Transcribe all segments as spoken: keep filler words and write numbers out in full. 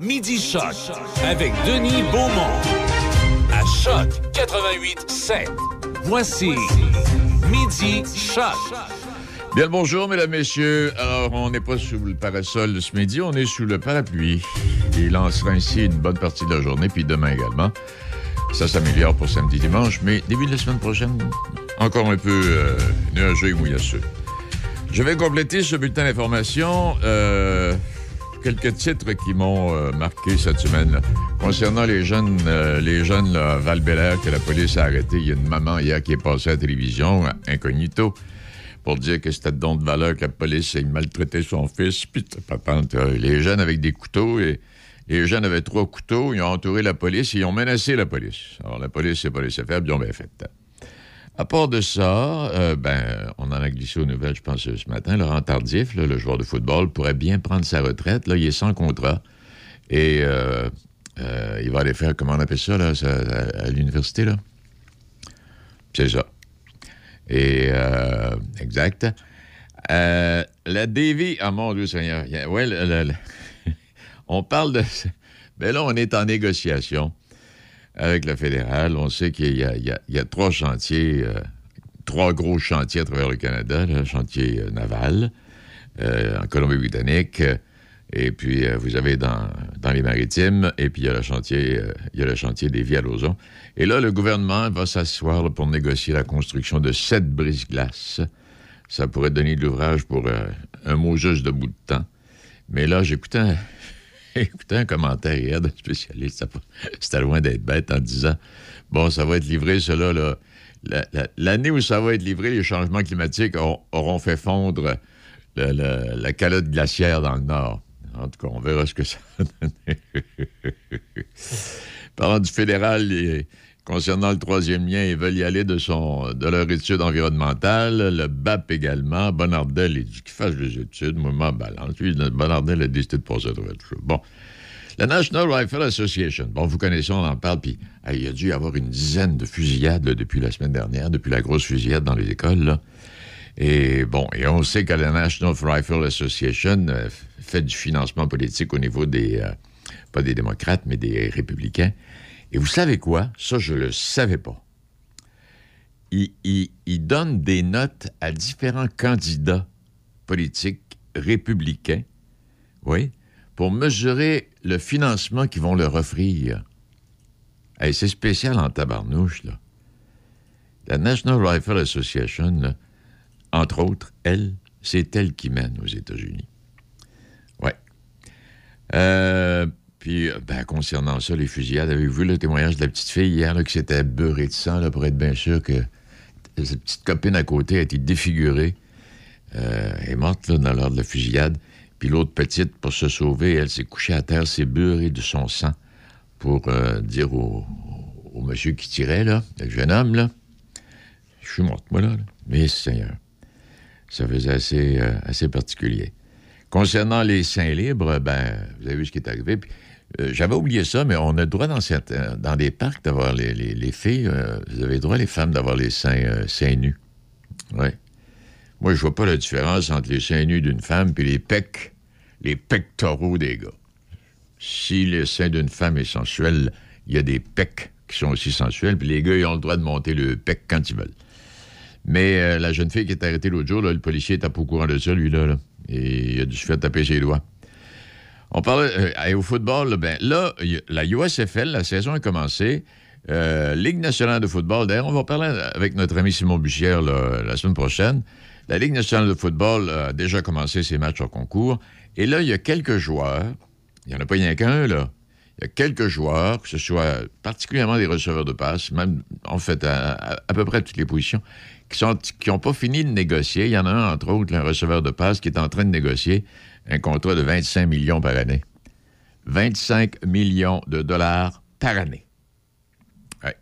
Midi Choc avec Denis Beaumont à Choc quatre-vingt-huit sept. Voici Midi Choc. Bien le bonjour, mesdames, messieurs. Alors, on n'est pas sous le parasol de ce midi, on est sous le parapluie. Il lancera ainsi une bonne partie de la journée, puis demain également. Ça s'améliore pour samedi, dimanche, mais début de la semaine prochaine, encore un peu euh, nuageux et mouillasseux. Je vais compléter ce bulletin d'information. Euh, quelques titres qui m'ont euh, marqué cette semaine. Là. Concernant les jeunes, euh, les jeunes là, à Val-Bélair que la police a arrêtés, il y a une maman hier qui est passée à la télévision, incognito, pour dire que c'était de don de valeur que la police ait maltraité son fils. Puis, patente, euh, les jeunes avec des couteaux, et les jeunes avaient trois couteaux, ils ont entouré la police et ils ont menacé la police. Alors, la police s'est pas laissée faire, puis ils ont bien fait. À part de ça, euh, ben, on en a glissé aux nouvelles, je pense, ce matin. Laurent Tardif, là, le joueur de football, pourrait bien prendre sa retraite. Là, il est sans contrat. Et euh, euh, il va aller faire, comment on appelle ça, là, ça, à, à l'université, là? C'est ça. Et, euh, exact. Euh, la Davy, ah mon Dieu Seigneur. Ouais, le, le, le, on parle de... Ben là, on est en négociation avec le fédéral. On sait qu'il y a, il y a, il y a trois chantiers, euh, trois gros chantiers à travers le Canada. Le chantier euh, naval euh, en Colombie-Britannique, euh, et puis euh, vous avez dans, dans les maritimes, et puis il y a le chantier, euh, il y a le chantier des vies à Lauson. Et là, le gouvernement va s'asseoir là, pour négocier la construction de sept brise-glaces. Ça pourrait donner de l'ouvrage pour euh, un mot juste de bout de temps. Mais là, j'écoutais un... Écoutez un commentaire hier d'un spécialiste, c'était loin d'être bête en disant « Bon, ça va être livré, cela, là. La, la, l'année où ça va être livré, les changements climatiques auront, auront fait fondre le, le, la calotte glaciaire dans le Nord. » En tout cas, on verra ce que ça va donner. Parlant du fédéral, les, concernant le troisième lien, ils veulent y aller de, son, de leur étude environnementale. Le B A P également. Bonardel, il dit qu'il fasse les études. Moi, je m'en balance. Lui, Bonardel a décidé de passer à travers tout ça. Bon. La National Rifle Association. Bon, vous connaissez, on en parle. Puis, il y a dû y avoir une dizaine de fusillades là, depuis la semaine dernière, depuis la grosse fusillade dans les écoles. Là. Et bon, et on sait que la National Rifle Association euh, fait du financement politique au niveau des, euh, pas des démocrates, mais des républicains. Et vous savez quoi? Ça, je le savais pas. Il, il, il donne des notes à différents candidats politiques républicains, oui, pour mesurer le financement qu'ils vont leur offrir. Hey, c'est spécial en tabarnouche, là. La National Rifle Association, là, entre autres, elle, c'est elle qui mène aux États-Unis. Oui. Euh... Puis, ben, concernant ça, les fusillades, avez-vous vu le témoignage de la petite fille hier là, qui s'était beurrée de sang là, pour être bien sûr que sa petite copine à côté a été défigurée. Euh, elle est morte là, dans l'heure de la fusillade. Puis l'autre petite, pour se sauver, elle s'est couchée à terre, s'est beurrée de son sang pour euh, dire au, au monsieur qui tirait, là, le jeune homme, là, je suis morte, moi, là. là. Mais Seigneur, ça faisait assez, euh, assez particulier. Concernant les seins libres, ben, vous avez vu ce qui est arrivé. Puis, Euh, j'avais oublié ça, mais on a le droit dans, certains, dans des parcs d'avoir les, les, les filles, euh, vous avez le droit, les femmes, d'avoir les seins, euh, seins nus. Oui. Moi, je vois pas la différence entre les seins nus d'une femme et les pecs, les pectoraux des gars. Si le sein d'une femme est sensuel, il y a des pecs qui sont aussi sensuels, puis les gars, ils ont le droit de monter le pec quand ils veulent. Mais euh, la jeune fille qui est arrêtée l'autre jour, là, le policier était pas au courant de ça, lui-là, là, et il a dû se faire taper ses doigts. On parlait euh, au football, là, ben, là, la U S F L, la saison a commencé. Euh, Ligue nationale de football, d'ailleurs, on va parler avec notre ami Simon Bussière là, la semaine prochaine. La Ligue nationale de football a déjà commencé ses matchs en concours. Et là, il y a quelques joueurs, il n'y en a pas rien qu'un, là. Il y a quelques joueurs, que ce soit particulièrement des receveurs de passes, même, en fait, à, à, à peu près toutes les positions, qui n'ont qui ont pas fini de négocier. Il y en a un, entre autres, un receveur de passe qui est en train de négocier un contrat de vingt-cinq millions par année. vingt-cinq millions de dollars par année. Ouais.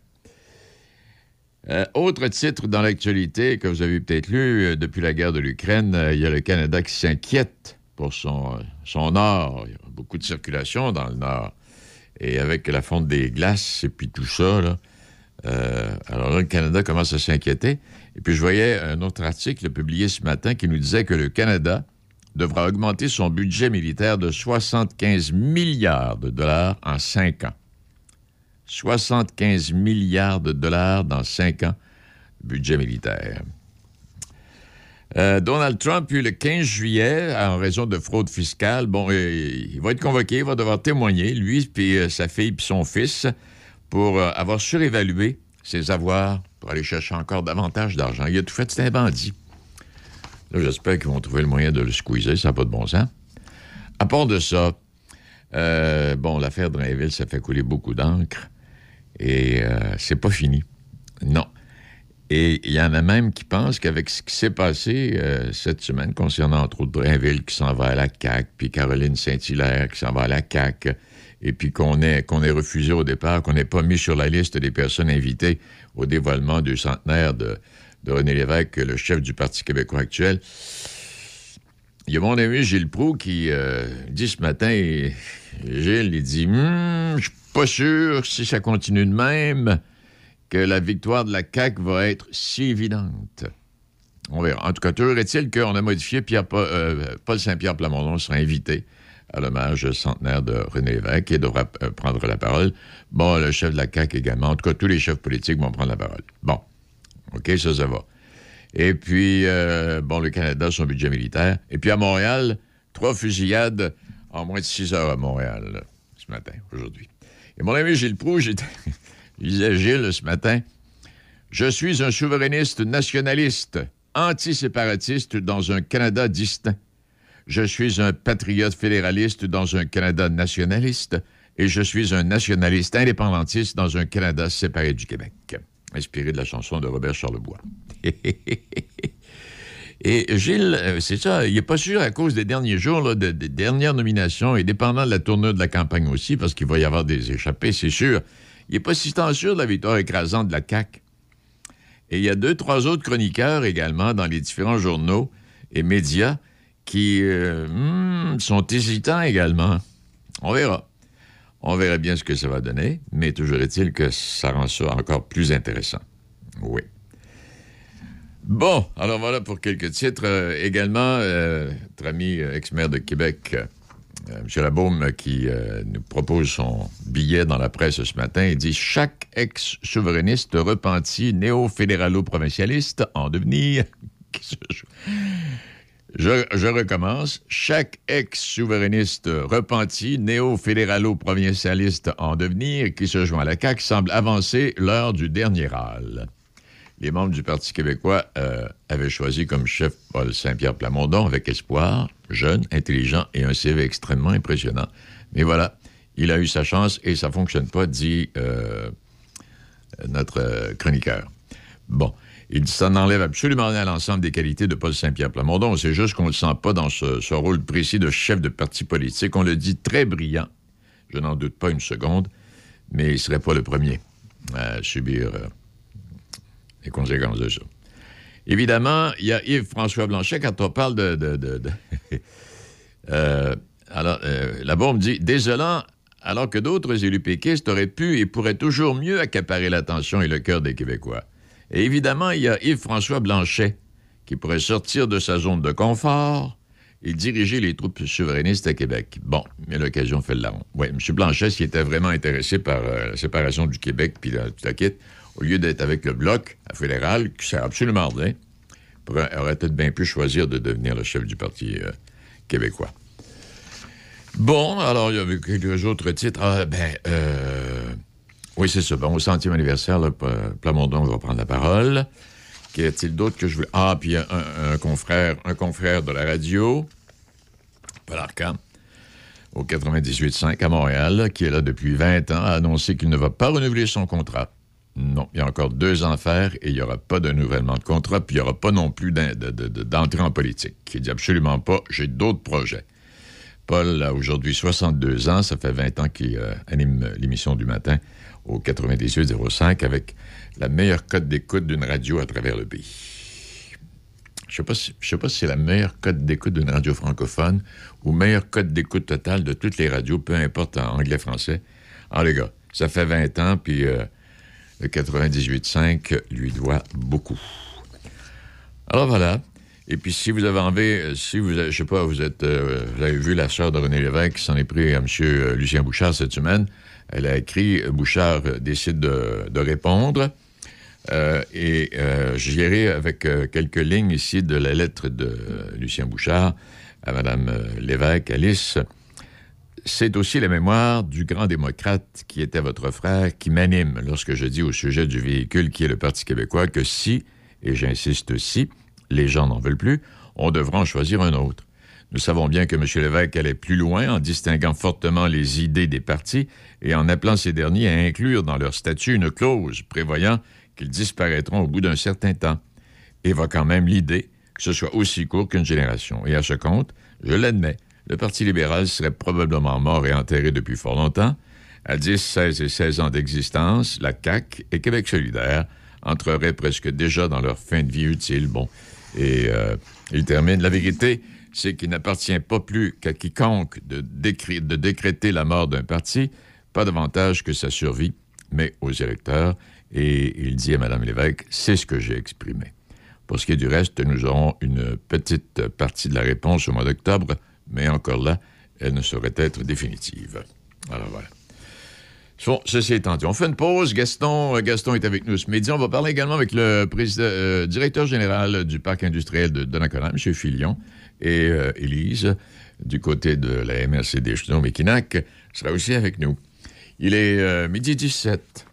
Euh, autre titre dans l'actualité que vous avez peut-être lu, euh, depuis la guerre de l'Ukraine, euh, il y a le Canada qui s'inquiète pour son, euh, son nord. Il y a beaucoup de circulation dans le nord. Et avec la fonte des glaces et puis tout ça, là, euh, alors là, le Canada commence à s'inquiéter. Et puis je voyais un autre article publié ce matin qui nous disait que le Canada devra augmenter son budget militaire de soixante-quinze milliards de dollars en cinq ans. soixante-quinze milliards de dollars dans cinq ans, budget militaire. Euh, Donald Trump, puis le quinze juillet, en raison de fraude fiscale, bon, euh, il va être convoqué, il va devoir témoigner, lui, puis euh, sa fille, puis son fils, pour euh, avoir surévalué ses avoirs, pour aller chercher encore davantage d'argent. Il a tout fait, c'était un bandit. Là, j'espère qu'ils vont trouver le moyen de le squeezer, ça n'a pas de bon sens. À part de ça, euh, bon, l'affaire Drainville, ça fait couler beaucoup d'encre, et euh, c'est pas fini. Non. Et il y en a même qui pensent qu'avec ce qui s'est passé euh, cette semaine concernant, entre autres, Drainville qui s'en va à la C A Q, puis Caroline Saint-Hilaire qui s'en va à la C A Q, et puis qu'on ait, qu'on ait refusé au départ, qu'on n'ait pas mis sur la liste des personnes invitées au dévoilement du centenaire de, de René Lévesque, le chef du Parti québécois actuel. Il y a mon ami Gilles Proulx qui euh, dit ce matin, et, Gilles, il dit hm, « Je suis pas sûr si ça continue de même, que la victoire de la C A Q va être si évidente. » On verra. En tout cas, toujours est-il qu'on a modifié, Pierre, euh, Paul Saint-Pierre Plamondon sera invité à l'hommage centenaire de René Lévesque et devra euh, prendre la parole. Bon, le chef de la C A Q également. En tout cas, tous les chefs politiques vont prendre la parole. Bon. OK, ça, ça va. Et puis, euh, bon, le Canada, son budget militaire. Et puis à Montréal, trois fusillades en moins de six heures à Montréal, là, ce matin, aujourd'hui. Et mon ami Gilles Proulx, j'étais... Il disait, Gilles, ce matin, « Je suis un souverainiste nationaliste, anti-séparatiste dans un Canada distinct. Je suis un patriote fédéraliste dans un Canada nationaliste et je suis un nationaliste indépendantiste dans un Canada séparé du Québec. » Inspiré de la chanson de Robert Charlebois. Et Gilles, c'est ça, il n'est pas sûr à cause des derniers jours, là, de, des dernières nominations et dépendant de la tournure de la campagne aussi, parce qu'il va y avoir des échappées, c'est sûr. Il n'est pas si tant sûr de la victoire écrasante de la C A Q. Et il y a deux, trois autres chroniqueurs également dans les différents journaux et médias qui euh, hmm, sont hésitants également. On verra. On verra bien ce que ça va donner, mais toujours est-il que ça rend ça encore plus intéressant. Oui. Bon, alors voilà pour quelques titres. Euh, également, euh, notre ami euh, ex-maire de Québec, euh, M. Labaume, qui euh, nous propose son billet dans la presse ce matin, il dit « Chaque ex-souverainiste repenti néo-fédéralo-provincialiste en devenir... » Je, je recommence. « Chaque ex-souverainiste repenti néo-fédéralo-provincialiste en devenir qui se joint à la C A Q semble avancer l'heure du dernier râle. » Les membres du Parti québécois euh, avaient choisi comme chef Paul Saint-Pierre Plamondon avec espoir, jeune, intelligent et un C V extrêmement impressionnant. Mais voilà, il a eu sa chance et ça ne fonctionne pas, dit euh, notre euh, chroniqueur. Bon, il dit ça n'enlève absolument rien à l'ensemble des qualités de Paul Saint-Pierre Plamondon. C'est juste qu'on ne le sent pas dans ce, ce rôle précis de chef de parti politique. On le dit très brillant, je n'en doute pas une seconde, mais il ne serait pas le premier à subir... Euh, les conséquences de ça. Évidemment, il y a Yves-François Blanchet, quand on parle de... de, de, de euh, alors, euh, la bombe dit « Désolant, alors que d'autres élus péquistes auraient pu et pourraient toujours mieux accaparer l'attention et le cœur des Québécois. » Et évidemment, il y a Yves-François Blanchet, qui pourrait sortir de sa zone de confort et diriger les troupes souverainistes à Québec. Bon, mais l'occasion fait le larron. Oui, M. Blanchet, s'il était vraiment intéressé par euh, la séparation du Québec puis la, tout la quitte, au lieu d'être avec le Bloc fédéral, qui sert absolument rien, pourrait, aurait peut-être bien pu choisir de devenir le chef du Parti euh, québécois. Bon, alors, il y avait quelques autres titres. Ah, ben, euh... oui, c'est ça. Bon, au centième anniversaire, là, Plamondon va prendre la parole. Qu'y a-t-il d'autre que je veux... Ah, puis un, un, un confrère un confrère de la radio, Paul Arcand, au quatre-vingt-dix-huit cinq à Montréal, là, qui est là depuis vingt ans, a annoncé qu'il ne va pas renouveler son contrat. Non, il y a encore deux ans à faire et il n'y aura pas de renouvellement de contrat, puis il n'y aura pas non plus d'en, de, de, de, d'entrée en politique. Il dit absolument pas, j'ai d'autres projets. Paul a aujourd'hui soixante-deux ans, ça fait vingt ans qu'il euh, anime l'émission du matin au quatre-vingt-dix-huit zéro cinq avec la meilleure cote d'écoute d'une radio à travers le pays. Je ne sais pas si, je sais pas si c'est la meilleure cote d'écoute d'une radio francophone ou meilleure cote d'écoute totale de toutes les radios, peu importe en anglais-français. Ah les gars, ça fait vingt ans, puis... Euh, le quatre-vingt-dix-huit cinq lui doit beaucoup. Alors voilà. Et puis, si vous avez envie, si vous, je sais pas, vous êtes, euh, vous avez vu la sœur de René Lévesque qui s'en est pris à M. Lucien Bouchard cette semaine. Elle a écrit, Bouchard décide de, de répondre. Euh, et euh, j'irai avec euh, quelques lignes ici de la lettre de euh, Lucien Bouchard à Mme euh, Lévesque, Alice. C'est aussi la mémoire du grand démocrate qui était votre frère qui m'anime lorsque je dis au sujet du véhicule qui est le Parti québécois que si, et j'insiste si, les gens n'en veulent plus, on devra en choisir un autre. Nous savons bien que M. Lévesque allait plus loin en distinguant fortement les idées des partis et en appelant ces derniers à inclure dans leur statut une clause prévoyant qu'ils disparaîtront au bout d'un certain temps, évoquant même l'idée que ce soit aussi court qu'une génération. Et à ce compte, je l'admets, le Parti libéral serait probablement mort et enterré depuis fort longtemps. À dix, seize et seize ans d'existence, la C A Q et Québec solidaire entreraient presque déjà dans leur fin de vie utile. Bon, et euh, il termine. La vérité, c'est qu'il n'appartient pas plus qu'à quiconque de, décré- de décréter la mort d'un parti, pas davantage que sa survie, mais aux électeurs. Et il dit à Mme Lévesque, c'est ce que j'ai exprimé. Pour ce qui est du reste, nous aurons une petite partie de la réponse au mois d'octobre, mais encore là, elle ne saurait être définitive. Alors voilà. Bon, ceci étant dit, on fait une pause. Gaston, Gaston est avec nous ce midi. On va parler également avec le président, euh, directeur général du parc industriel de Donnacona, M. Filion, et euh, Élise, du côté de la M R C D Chaudeau-Méquinac, sera aussi avec nous. Il est euh, midi dix-sept.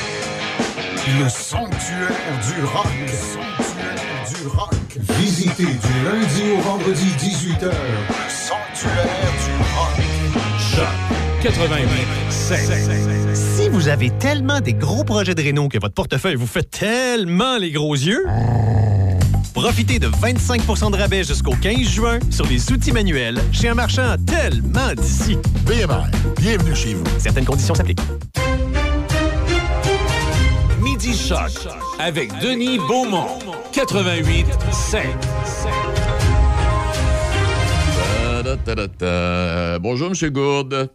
Le sanctuaire du rock. Le sanctuaire du rock. Visitez du lundi au vendredi dix-huit heures. Le sanctuaire du rock. Choc quatre-vingt-huit sept. Si vous avez tellement des gros projets de réno que votre portefeuille vous fait tellement les gros yeux, profitez de vingt-cinq pour cent de rabais jusqu'au quinze juin sur les outils manuels chez un marchand tellement d'ici. B M R, bienvenue chez vous. Certaines conditions s'appliquent. Midi Choc avec Denis Beaumont. quatre-vingt-huit sept. Ta-da-ta-da-ta. Bonjour, M. Gourde.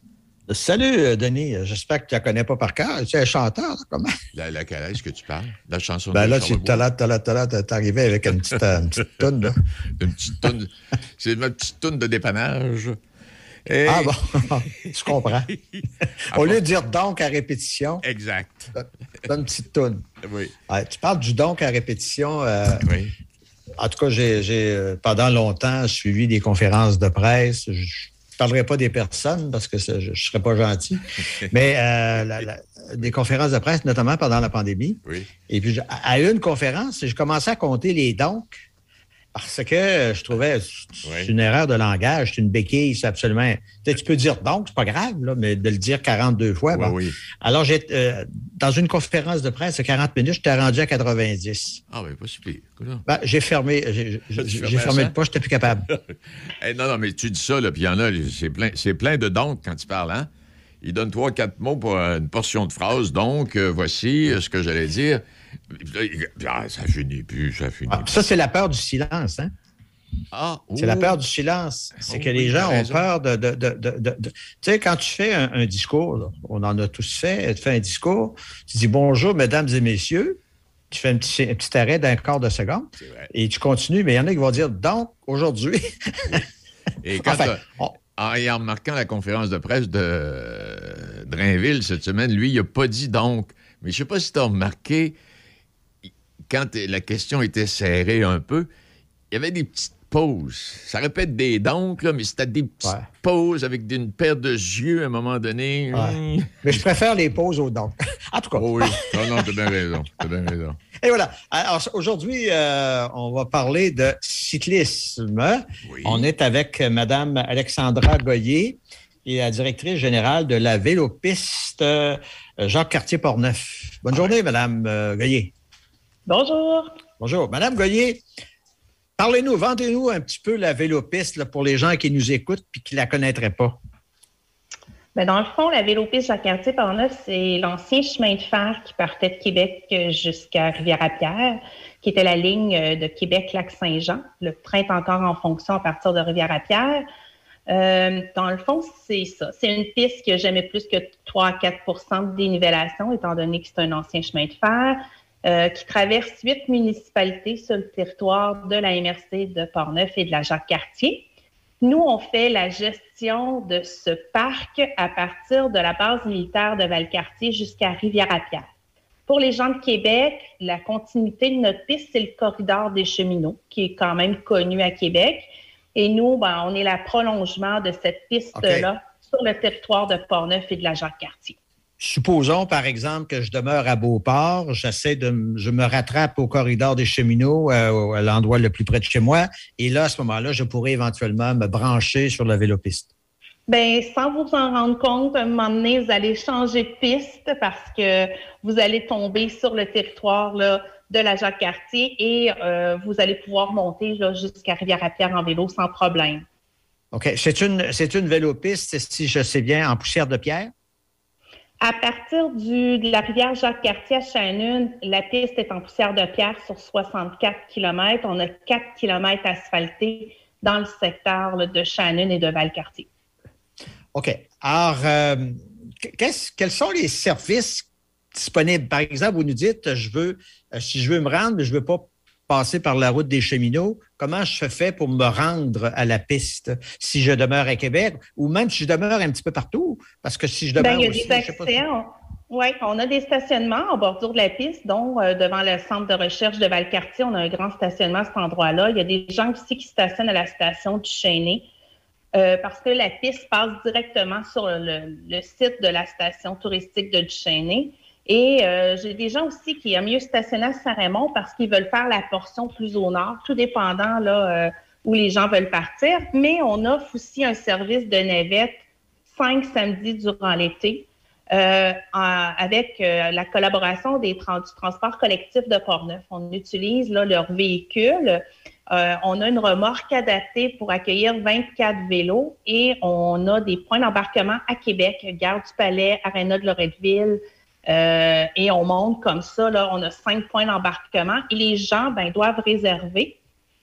Salut, Denis. J'espère que tu la connais pas par cœur. Tu es un chanteur, là, comment? La, laquelle est-ce que tu parles? La chanson Ben de là, Charles tu t'as là, t'as là, t'as là, t'es arrivé avec une petite, euh, une petite toune, là. Une petite toune. C'est ma petite toune de dépannage. Et... Ah bon, tu comprends. Au lieu de dire donc à répétition, Exact. t'as une petite toune. Oui. Ouais, tu parles du donc à répétition. Euh, Oui. En tout cas, j'ai, j'ai euh, pendant longtemps suivi des conférences de presse. Je ne parlerai pas des personnes parce que ça, je ne serais pas gentil, mais euh, la, la, des conférences de presse, notamment pendant la pandémie. Oui. Et puis, à, à une conférence, je commençais à compter les donc parce que je trouvais c'est Oui. une erreur de langage, c'est une béquille, c'est absolument... Tu sais, tu peux dire donc, c'est pas grave, là, mais de le dire quarante-deux fois. Oui, bon. oui. Alors, j'ai, euh, dans une conférence de presse de quarante minutes, j'étais rendu à quatre-vingt-dix. Ah, ben, pas si pire. Coudonc. Ben, j'ai fermé, j'ai, j'ai, Tu j'ai fermais fermé ça? le poche, j'étais plus capable. Hey, non, non, mais tu dis ça, là, puis il y en a, c'est plein, c'est plein de donc quand tu parles, hein? Il donne trois, quatre mots pour une portion de phrase. Donc, euh, voici euh, ce que j'allais dire. Puis là, il- ah, ça finit plus, ça finit Ah, plus. ça, c'est la peur du silence, hein? Ah, C'est la ouh. peur du silence. C'est Oh, que oui, les gens t'as ont raison. peur de... de, de, de, de- de- Tu sais, quand tu fais un, un discours, là, on en a tous fait, tu fais un discours, tu dis « Bonjour, mesdames et messieurs », tu fais un petit, un petit arrêt d'un quart de seconde, C'est vrai. et tu continues, mais il y en a qui vont dire « Donc, aujourd'hui... Et quand Enfin, t'as- on- en, et en remarquant la conférence de presse de euh, Drainville cette semaine, lui, il n'a pas dit donc. Mais je ne sais pas si tu as remarqué, il- quand la question était serrée un peu, il y avait des petites pauses. Ça répète des donc, là, mais c'était des petites Ouais. pauses avec une paire de yeux à un moment donné. Ouais. Mmh. Mais je préfère les pauses aux donc. En tout cas, Oh oui. Non, non, t'as bien raison. T'as bien raison. et voilà. Alors, aujourd'hui, euh, on va parler de cyclisme. Oui. On est avec Mme Alexandra Goyer, qui est la directrice générale de la Vélopiste euh, Jacques Cartier-Portneuf. Bonne journée, Mme euh, Goyer. Bonjour. Bonjour. Mme Goyer, parlez-nous, vendez-nous un petit peu la Vélopiste là, pour les gens qui nous écoutent et qui ne la connaîtraient pas. Ben, dans le fond, la Vélopiste Jacques-Cartier-Portneuf, c'est l'ancien chemin de fer qui partait de Québec jusqu'à Rivière-à-Pierre, qui était la ligne de Québec-Lac-Saint-Jean. Le train est encore en fonction à partir de Rivière-à-Pierre. Euh, dans le fond, c'est ça. C'est une piste qui n'a jamais plus que trois à quatre pour cent de dénivellation, étant donné que c'est un ancien chemin de fer. euh, qui traverse huit municipalités sur le territoire de la M R C de Portneuf et de la Jacques-Cartier. Nous, on fait la gestion de ce parc à partir de la base militaire de Valcartier jusqu'à Rivière-à-Pierre. Pour les gens de Québec, la continuité de notre piste, c'est le corridor des cheminots, qui est quand même connu à Québec. Et nous, ben, on est le prolongement de cette piste-là okay. sur le territoire de Portneuf et de la Jacques-Cartier. Supposons, par exemple, que je demeure à Beauport, j'essaie de, je me rattrape au corridor des cheminots, euh, à l'endroit le plus près de chez moi, et là, à ce moment-là, je pourrais éventuellement me brancher sur la vélopiste. Bien, sans vous en rendre compte, à un moment donné, vous allez changer de piste parce que vous allez tomber sur le territoire là, de la Jacques-Cartier et euh, vous allez pouvoir monter là, jusqu'à Rivière-à-Pierre en vélo sans problème. OK. C'est une, c'est une vélopiste, si je sais bien, en poussière de pierre? À partir du, de la rivière Jacques-Cartier à Shannon, la piste est en poussière de pierre sur soixante-quatre kilomètres. On a quatre kilomètres asphaltés dans le secteur là, de Shannon et de Valcartier. OK. Alors, euh, quels sont les services disponibles? Par exemple, vous nous dites, je veux, si je veux me rendre, mais je ne veux pas passer par la route des cheminots, comment je fais pour me rendre à la piste si je demeure à Québec ou même si je demeure un petit peu partout? Parce que si je demeure Bien, aussi, il y a des je sais pas. accès, on, oui, on a des stationnements en bordure de la piste, dont euh, devant le centre de recherche de Valcartier, on a un grand stationnement à cet endroit-là. Il y a des gens aussi qui stationnent à la station du Chêné euh, parce que la piste passe directement sur le, le site de la station touristique de Duchesnay. Et euh, j'ai des gens aussi qui aiment mieux stationner à Saint-Raymond parce qu'ils veulent faire la portion plus au nord, tout dépendant là, euh, où les gens veulent partir. Mais on offre aussi un service de navette cinq samedis durant l'été euh, en, avec euh, la collaboration des trans, du transport collectif de Portneuf. On utilise là, leur véhicule. Euh, on a une remorque adaptée pour accueillir vingt-quatre vélos et on a des points d'embarquement à Québec, Gare du Palais, Aréna de Loretteville. Euh, et on monte comme ça, là, on a cinq points d'embarquement et les gens ben, doivent réserver,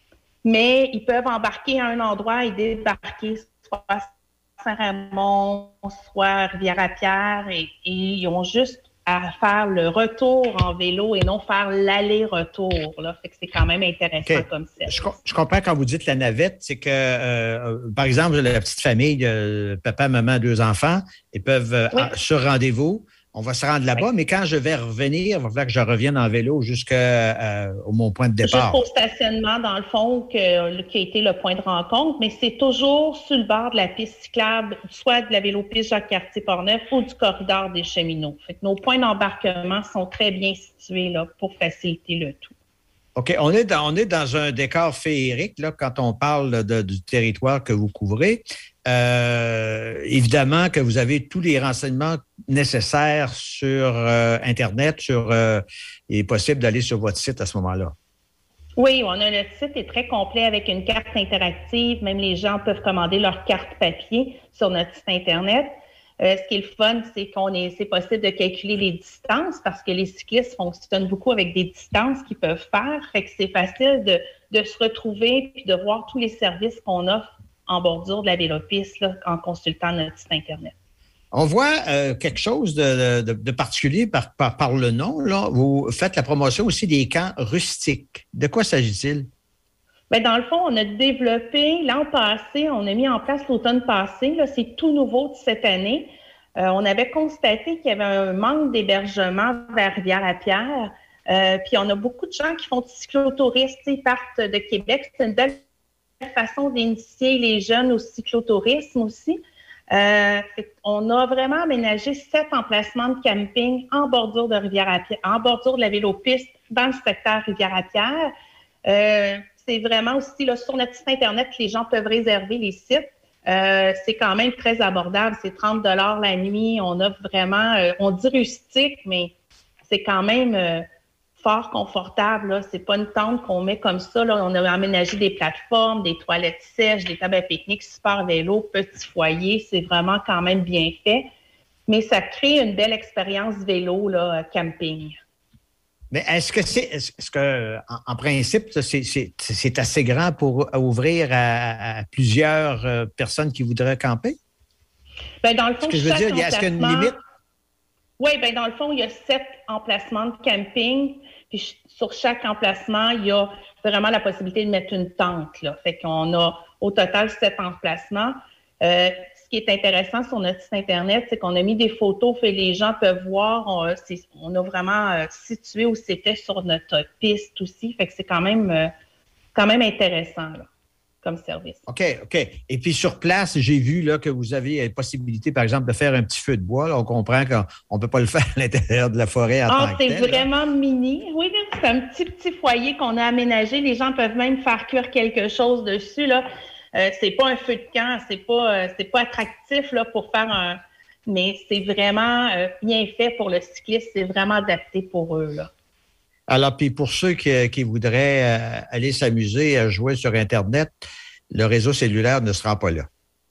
mais ils peuvent embarquer à un endroit et débarquer soit à Saint-Raymond, soit à Rivière-à-Pierre et, et ils ont juste à faire le retour en vélo et non faire l'aller-retour. Là. Fait que c'est quand même intéressant okay. comme ça. Je, je comprends quand vous dites la navette, c'est que, euh, par exemple, la petite famille, euh, papa, maman, deux enfants, ils peuvent, euh, oui. sur rendez-vous, on va se rendre là-bas, oui. mais quand je vais revenir, il va falloir que je revienne en vélo jusqu'au euh, mon point de départ. Jusqu'au stationnement, dans le fond, que, qui a été le point de rencontre, mais c'est toujours sur le bord de la piste cyclable, soit de la vélopiste Jacques-Cartier-Portneuf ou du corridor des cheminots. Fait que nos points d'embarquement sont très bien situés là, pour faciliter le tout. OK. On est dans, on est dans un décor féerique là, quand on parle de, du territoire que vous couvrez. Euh, évidemment que vous avez tous les renseignements nécessaires sur euh, Internet, sur euh, il est possible d'aller sur votre site à ce moment-là. Oui, on a notre site est très complet avec une carte interactive. Même les gens peuvent commander leur carte papier sur notre site Internet. Euh, ce qui est le fun, c'est qu'on est, c'est possible de calculer les distances parce que les cyclistes fonctionnent beaucoup avec des distances qu'ils peuvent faire. Fait que c'est facile de, de se retrouver puis de voir tous les services qu'on offre en bordure de la vélopiste là, en consultant notre site Internet. On voit euh, quelque chose de, de, de particulier par, par, par le nom. Là. Vous faites la promotion aussi des camps rustiques. De quoi s'agit-il? Bien, dans le fond, on a développé l'an passé, on a mis en place l'automne passé. Là, c'est tout nouveau de cette année. Euh, on avait constaté qu'il y avait un manque d'hébergement vers Rivière-à-Pierre. Euh, puis on a beaucoup de gens qui font du cyclotourisme. Ils partent de Québec. C'est une belle façon d'initier les jeunes au cyclotourisme aussi. Euh, on a vraiment aménagé sept emplacements de camping en bordure de Rivière-à-Pierre, en bordure de la vélopiste dans le secteur Rivière-à-Pierre. Euh, c'est vraiment aussi là, sur notre site Internet que les gens peuvent réserver les sites. Euh, c'est quand même très abordable. C'est trente dollars la nuit. On offre vraiment, euh, on dit rustique, mais c'est quand même euh, fort confortable. Là. C'est pas une tente qu'on met comme ça. Là. On a aménagé des plateformes, des toilettes sèches, des tables à pique-nique, super vélo, petit foyer. C'est vraiment quand même bien fait. Mais ça crée une belle expérience vélo, là, camping. Mais est-ce que c'est, est-ce que, en, en principe, c'est, c'est, c'est assez grand pour ouvrir à, à plusieurs euh, personnes qui voudraient camper? Bien, dans le fond, ce que je veux dire, est-ce qu'il y a une limite? Oui, bien, dans le fond, il y a sept emplacements de camping. Puis sur chaque emplacement, il y a vraiment la possibilité de mettre une tente, là. Fait qu'on a au total sept emplacements. Euh, ce qui est intéressant sur notre site Internet, c'est qu'on a mis des photos, fait les gens peuvent voir. On, c'est, on a vraiment euh, situé où c'était sur notre piste aussi. Fait que c'est quand même, euh, quand même intéressant, là, comme service. OK, OK. Et puis sur place, j'ai vu là, que vous avez la possibilité, par exemple, de faire un petit feu de bois. Là, on comprend qu'on ne peut pas le faire à l'intérieur de la forêt en Ah, tant que c'est tel, vraiment là. mini. Oui, là, c'est un petit, petit foyer qu'on a aménagé. Les gens peuvent même faire cuire quelque chose dessus, là. Euh, c'est pas un feu de camp, c'est pas, euh, c'est pas attractif là, pour faire un... Mais c'est vraiment euh, bien fait pour le cycliste. C'est vraiment adapté pour eux, là. Alors, puis pour ceux qui, qui voudraient euh, aller s'amuser à jouer sur Internet, le réseau cellulaire ne sera pas là.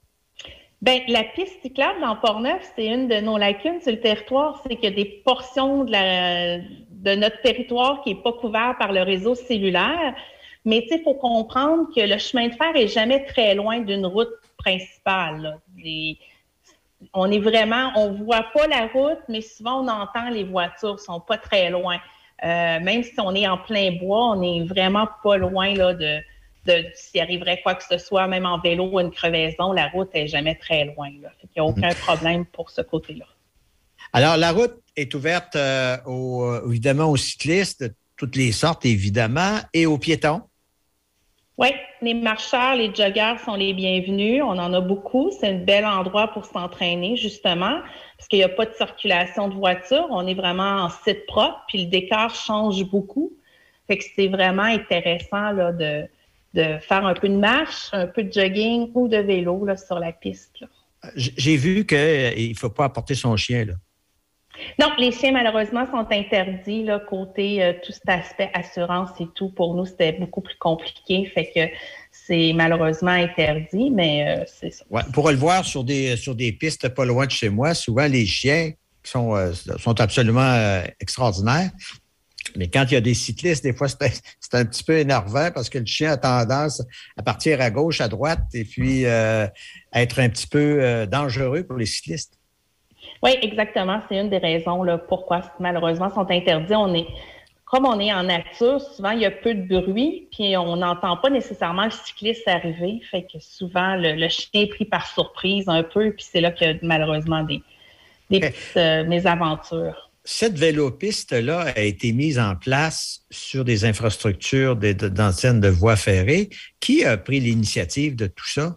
Bien, la piste cyclable dans Port-Neuf, c'est une de nos lacunes sur le territoire. C'est qu'il y a des portions de, la, de notre territoire qui n'est pas couvert par le réseau cellulaire. Mais tu sais, il faut comprendre que le chemin de fer est jamais très loin d'une route principale, là. Les, on est vraiment, on voit pas la route, mais souvent on entend les voitures, sont pas très loin. Euh, même si on est en plein bois, on est vraiment pas loin là de, de s'il arriverait quoi que ce soit, même en vélo ou une crevaison, la route est jamais très loin, là. Fait qu'il n'y a aucun problème pour ce côté-là. Alors, la route est ouverte euh, aux, évidemment aux cyclistes de toutes les sortes, évidemment, et aux piétons. Oui, les marcheurs, les joggeurs sont les bienvenus. On en a beaucoup. C'est un bel endroit pour s'entraîner, justement, parce qu'il n'y a pas de circulation de voitures. On est vraiment en site propre, puis le décor change beaucoup. Fait que c'est vraiment intéressant là, de, de faire un peu de marche, un peu de jogging ou de vélo là, sur la piste, là. J'ai vu qu'il ne faut pas apporter son chien, là. Non, les chiens, malheureusement, sont interdits, là, côté euh, tout cet aspect assurance et tout. Pour nous, c'était beaucoup plus compliqué. Fait que c'est malheureusement interdit, mais euh, c'est ça. Ouais, pour le voir sur des, sur des pistes pas loin de chez moi, souvent, les chiens sont, euh, sont absolument euh, extraordinaires. Mais quand il y a des cyclistes, des fois, c'est un, c'est un petit peu énervant parce que le chien a tendance à partir à gauche, à droite et puis euh, à être un petit peu euh, dangereux pour les cyclistes. Oui, exactement. C'est une des raisons là, pourquoi malheureusement sont interdits. On est, comme on est en nature, souvent il y a peu de bruit, puis on n'entend pas nécessairement le cycliste arriver. Fait que souvent le, le chien est pris par surprise un peu, puis c'est là qu'il y a malheureusement des, des okay. petites euh, mésaventures. Cette vélopiste-là a été mise en place sur des infrastructures de, de, d'anciennes de voies ferrées. Qui a pris l'initiative de tout ça?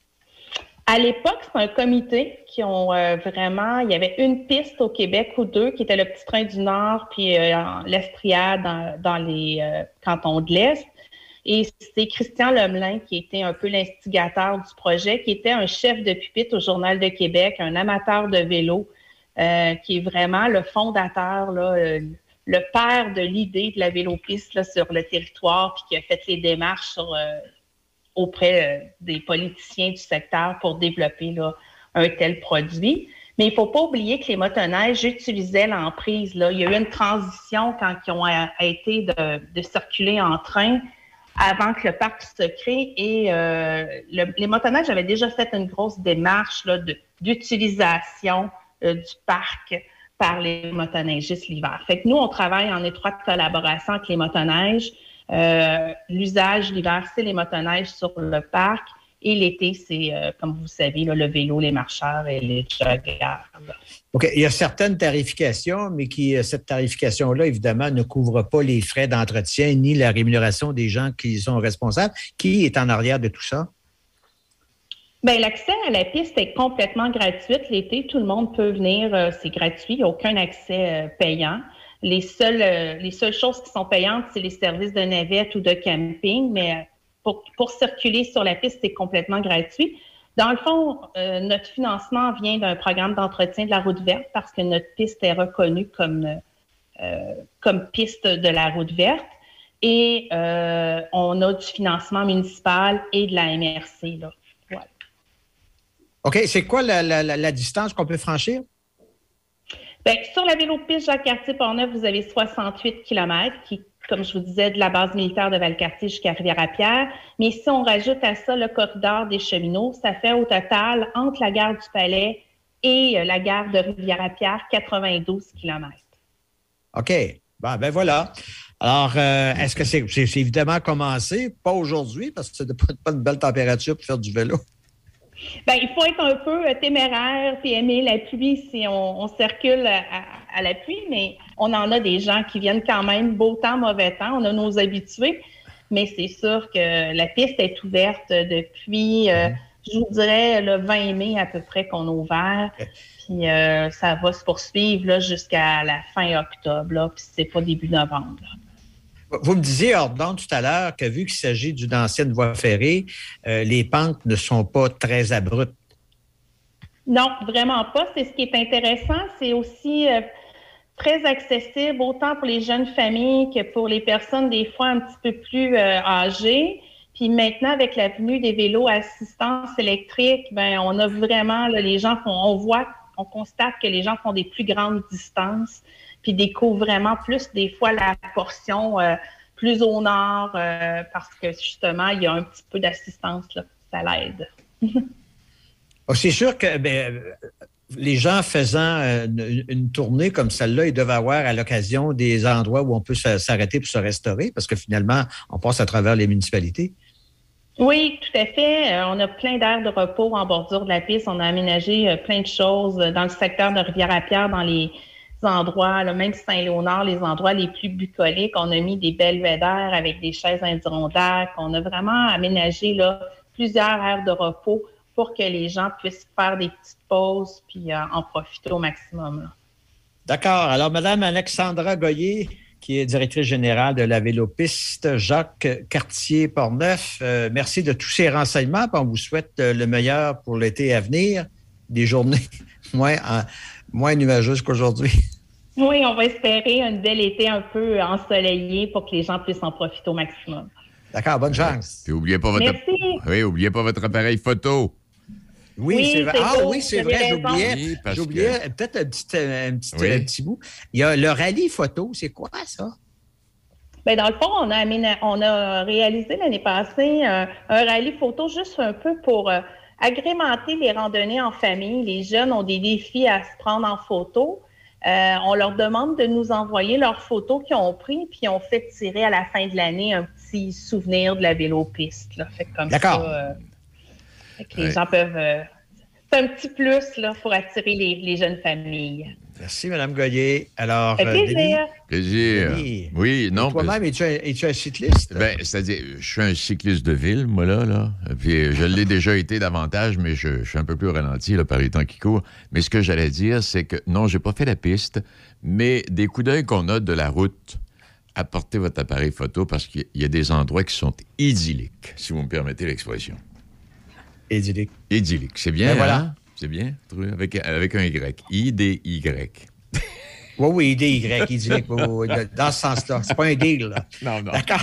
À l'époque, c'est un comité qui ont euh, vraiment... Il y avait une piste au Québec ou deux qui était le Petit Train du Nord puis euh, l'Estriade dans, dans les euh, cantons de l'Est. Et c'est Christian Lemelin qui était un peu l'instigateur du projet, qui était un chef de pupitre au Journal de Québec, un amateur de vélo, euh, qui est vraiment le fondateur, là, euh, le père de l'idée de la vélopiste là, sur le territoire puis qui a fait les démarches sur... Euh, auprès euh, des politiciens du secteur pour développer là, un tel produit. Mais il ne faut pas oublier que les motoneiges utilisaient l'emprise, là. Il y a eu une transition quand ils ont a, a été de, de circuler en train avant que le parc se crée. Et euh, le, les motoneiges avaient déjà fait une grosse démarche là, de, d'utilisation euh, du parc par les motoneigistes l'hiver. Fait que nous, on travaille en étroite collaboration avec les motoneiges. Euh, l'usage l'hiver, c'est les motoneiges sur le parc et l'été, c'est, euh, comme vous savez, là, le vélo, les marcheurs et les joggeurs. OK. Il y a certaines tarifications, mais qui, cette tarification-là, évidemment, ne couvre pas les frais d'entretien ni la rémunération des gens qui sont responsables. Qui est en arrière de tout ça? Bien, l'accès à la piste est complètement gratuit. L'été, tout le monde peut venir. Euh, c'est gratuit. Il n'y a aucun accès euh, payant. Les seules, euh, les seules choses qui sont payantes, c'est les services de navette ou de camping, mais pour, pour circuler sur la piste, c'est complètement gratuit. Dans le fond, euh, notre financement vient d'un programme d'entretien de la route verte parce que notre piste est reconnue comme, euh, comme piste de la route verte et euh, on a du financement municipal et de la M R C, là. Voilà. OK. C'est quoi la, la, la, la distance qu'on peut franchir? Bien, sur la vélopiste Jacques-Cartier-Portneuf, vous avez soixante-huit kilomètres qui, comme je vous disais, de la base militaire de Valcartier jusqu'à Rivière-à-Pierre. Mais si on rajoute à ça le corridor des cheminots, ça fait au total, entre la gare du Palais et euh, la gare de Rivière-à-Pierre, quatre-vingt-douze kilomètres. OK. Bon, ben voilà. Alors, euh, est-ce que c'est, c'est, c'est évidemment commencé? Pas aujourd'hui, parce que c'est pas, pas une belle température pour faire du vélo. Bien, il faut être un peu téméraire puis aimer la pluie si on, on circule à, à la pluie, mais on en a des gens qui viennent quand même beau temps, mauvais temps. On a nos habitués, mais c'est sûr que la piste est ouverte depuis, euh, je vous dirais, le vingt mai à peu près qu'on a ouvert. Puis euh, ça va se poursuivre là, jusqu'à la fin octobre, là, puis c'est pas début novembre. Là. Vous me disiez, Ordon, tout à l'heure, que vu qu'il s'agit d'une ancienne voie ferrée, euh, les pentes ne sont pas très abruptes. Non, vraiment pas. C'est ce qui est intéressant. C'est aussi euh, très accessible, autant pour les jeunes familles que pour les personnes des fois un petit peu plus euh, âgées. Puis maintenant, avec la venue des vélos à assistance électrique, ben on a vraiment, là, les gens font, on voit, on constate que les gens font des plus grandes distances. Puis découvre vraiment plus des fois la portion euh, plus au nord euh, parce que justement, il y a un petit peu d'assistance, là, ça l'aide. Oh, c'est sûr que ben, les gens faisant une, une tournée comme celle-là, ils doivent avoir à l'occasion des endroits où on peut s'arrêter pour se restaurer parce que finalement, on passe à travers les municipalités. Oui, tout à fait. Euh, on a plein d'aires de repos en bordure de la piste. On a aménagé euh, plein de choses dans le secteur de Rivière-à-Pierre, dans les endroits, là, même Saint-Léonard, les endroits les plus bucoliques. On a mis des belvédères avec des chaises indirondaires. On a vraiment aménagé là, plusieurs aires de repos pour que les gens puissent faire des petites pauses puis euh, en profiter au maximum. Là. D'accord. Alors, Mme Alexandra Goyer, qui est directrice générale de la Vélopiste Jacques Cartier-Portneuf, euh, merci de tous ces renseignements. On vous souhaite le meilleur pour l'été à venir. Des journées moins... En, moins nuageuse qu'aujourd'hui. Oui, on va espérer un bel été un peu ensoleillé pour que les gens puissent en profiter au maximum. D'accord, bonne chance. Puis oubliez pas votre... Merci. Oui, oubliez pas votre appareil photo. Oui, oui c'est vrai. C'est ah beau, oui, c'est vrai, j'oubliais. Oui, j'oubliais que... peut-être un petit, un, petit, oui. un petit bout. Il y a le rallye photo, c'est quoi ça? Bien, dans le fond, on a, aména... on a réalisé l'année passée un, un rallye photo juste un peu pour... Euh, agrémenter les randonnées en famille. Les jeunes ont des défis à se prendre en photo. Euh, on leur demande de nous envoyer leurs photos qu'ils ont prises, puis on fait tirer à la fin de l'année un petit souvenir de la vélopiste. Là. Fait que comme D'accord. ça, euh, fait que les ouais. gens peuvent... Euh, c'est un petit plus là, pour attirer les, les jeunes familles. Merci, Mme Goyer. Alors, ça fait plaisir. Euh, plaisir. Denis, oui, non. Toi-même, es-tu, un, es-tu un cycliste? Ben, c'est-à-dire, je suis un cycliste de ville, moi, là. là. Puis, je l'ai déjà été davantage, mais je, je suis un peu plus ralenti là, par les temps qui courent. Mais ce que j'allais dire, c'est que, non, j'ai pas fait la piste, mais des coups d'œil qu'on a de la route, apportez votre appareil photo parce qu'il y a des endroits qui sont idylliques, si vous me permettez l'expression. Idyllique. Idyllique, c'est bien, ben voilà. Hein? C'est bien, avec, avec un Y. I D Y. Oui, oui, I D Y, idyllique, dans ce sens-là. C'est pas un deal, là. Non, non. D'accord.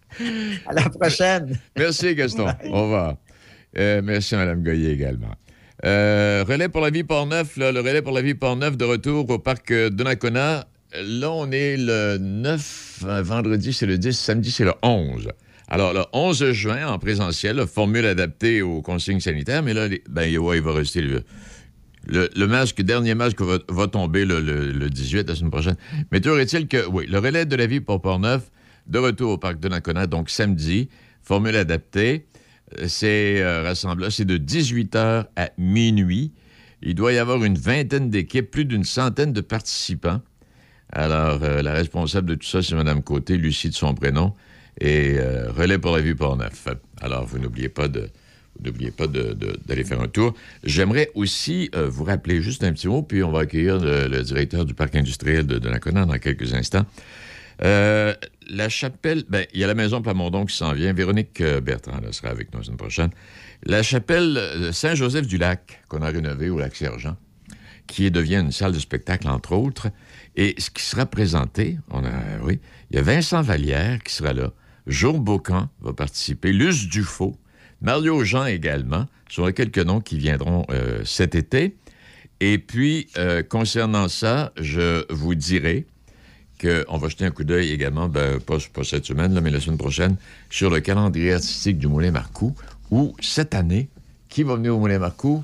À la prochaine. Merci, Gaston. Bye. Au revoir. Euh, merci, Mme Goyer également. Euh, relais pour la vie Portneuf, là, le relais pour la vie Portneuf de retour au parc Donnacona. Là, on est le neuf, vendredi, c'est le dix, samedi, c'est le onze. Alors, le onze juin, en présentiel, la formule adaptée aux consignes sanitaires, mais là, les, ben, ouais, il va rester le, le, le masque, dernier masque va, va tomber le, le, le dix-huit, la semaine prochaine. Mais toujours est-il que, oui, le relais de la vie pour Portneuf, de retour au parc Donnacona, donc samedi, formule adaptée, c'est euh, rassemblage, c'est de dix-huit heures à minuit. Il doit y avoir une vingtaine d'équipes, plus d'une centaine de participants. Alors, euh, la responsable de tout ça, c'est Mme Côté, Lucie de son prénom, et euh, relais pour la vie Portneuf. Alors, vous n'oubliez pas de, vous n'oubliez pas de, de, d'aller faire un tour. J'aimerais aussi euh, vous rappeler juste un petit mot, puis on va accueillir le, le directeur du parc industriel de Donnacona dans quelques instants. Euh, la chapelle, ben, il y a la maison Plamondon qui s'en vient. Véronique Bertrand là, sera avec nous la semaine prochaine. La chapelle Saint-Joseph-du-Lac, qu'on a rénovée au Lac-Sergent, qui devient une salle de spectacle, entre autres. Et ce qui sera présenté, on a, oui, il y a Vincent Vallière qui sera là. Jour Beaucamp va participer. Luce Dufaux. Mario Jean également. Ce sont quelques noms qui viendront euh, cet été. Et puis, euh, concernant ça, je vous dirai qu'on va jeter un coup d'œil également, ben, pas, pas cette semaine, là, mais la semaine prochaine, sur le calendrier artistique du Moulin Marcoux, où cette année, qui va venir au Moulin Marcoux?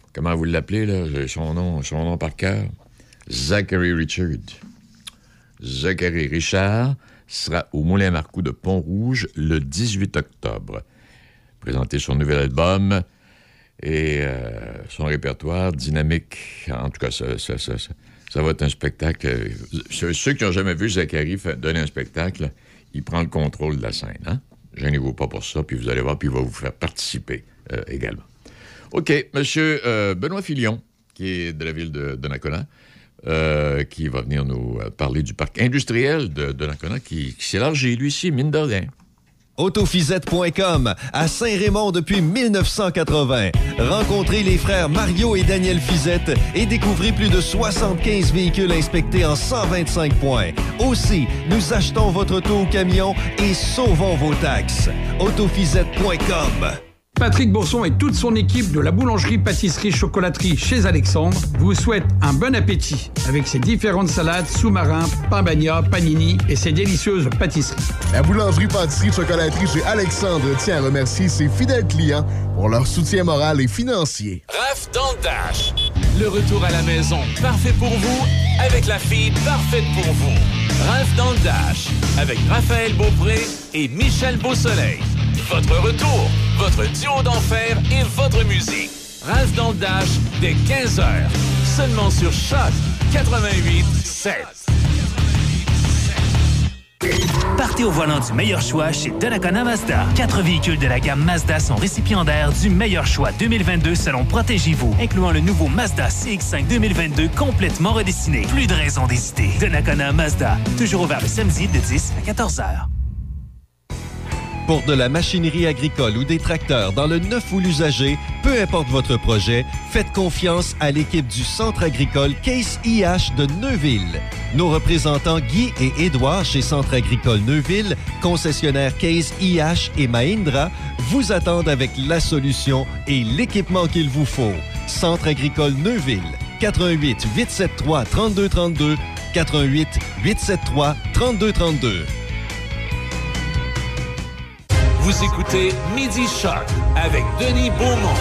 comment vous l'appelez, là? J'ai son nom, son nom par cœur. Zachary Richard. Zachary Richard sera au Moulin Marcoux de Pont-Rouge le dix-huit octobre. Présenter son nouvel album et euh, son répertoire dynamique. En tout cas, ça, ça, ça, ça, ça va être un spectacle. Ceux qui n'ont jamais vu Zachary donner un spectacle, il prend le contrôle de la scène. Hein? Gênez-vous pas pour ça, puis vous allez voir, puis il va vous faire participer euh, également. OK, M. Euh, Benoît Filion, qui est de la ville de Donnacona, euh, qui va venir nous parler du parc industriel de Donnacona, qui, qui s'élargit, lui aussi, mine de rien. Autofizette point com, à Saint-Raymond depuis mille neuf cent quatre-vingts. Rencontrez les frères Mario et Daniel Fizette et découvrez plus de soixante-quinze véhicules inspectés en cent vingt-cinq points. Aussi, nous achetons votre auto ou camion et sauvons vos taxes. Autofizette point com. Patrick Bourson et toute son équipe de la boulangerie-pâtisserie-chocolaterie chez Alexandre vous souhaitent un bon appétit avec ses différentes salades, sous-marins, pain bagna, panini et ses délicieuses pâtisseries. La boulangerie-pâtisserie-chocolaterie chez Alexandre tient à remercier ses fidèles clients pour leur soutien moral et financier. Raph dans le Dash. Le retour à la maison, parfait pour vous, avec la fille parfaite pour vous. Raph dans le Dash, avec Raphaël Beaupré et Michel Beausoleil. Votre retour, votre duo d'enfer et votre musique. Raph dans le Dash, dès quinze heures. Seulement sur Choc quatre-vingt-huit sept. Partez au volant du meilleur choix chez Donnacona Mazda. Quatre véhicules de la gamme Mazda sont récipiendaires du meilleur choix deux mille vingt-deux selon Protégez-vous, incluant le nouveau Mazda C X cinq deux mille vingt-deux complètement redessiné. Plus de raison d'hésiter. Donnacona Mazda, toujours ouvert le samedi de dix à quatorze heures. Pour de la machinerie agricole ou des tracteurs dans le neuf ou l'usager, peu importe votre projet, faites confiance à l'équipe du Centre agricole Case I H de Neuville. Nos représentants Guy et Édouard chez Centre agricole Neuville, concessionnaire Case I H et Mahindra, vous attendent avec la solution et l'équipement qu'il vous faut. Centre agricole Neuville, quatre un huit, huit sept trois, trois deux trois deux, quatre un huit, huit sept trois, trois deux trois deux. Vous écoutez Midi Choc avec Denis Beaumont.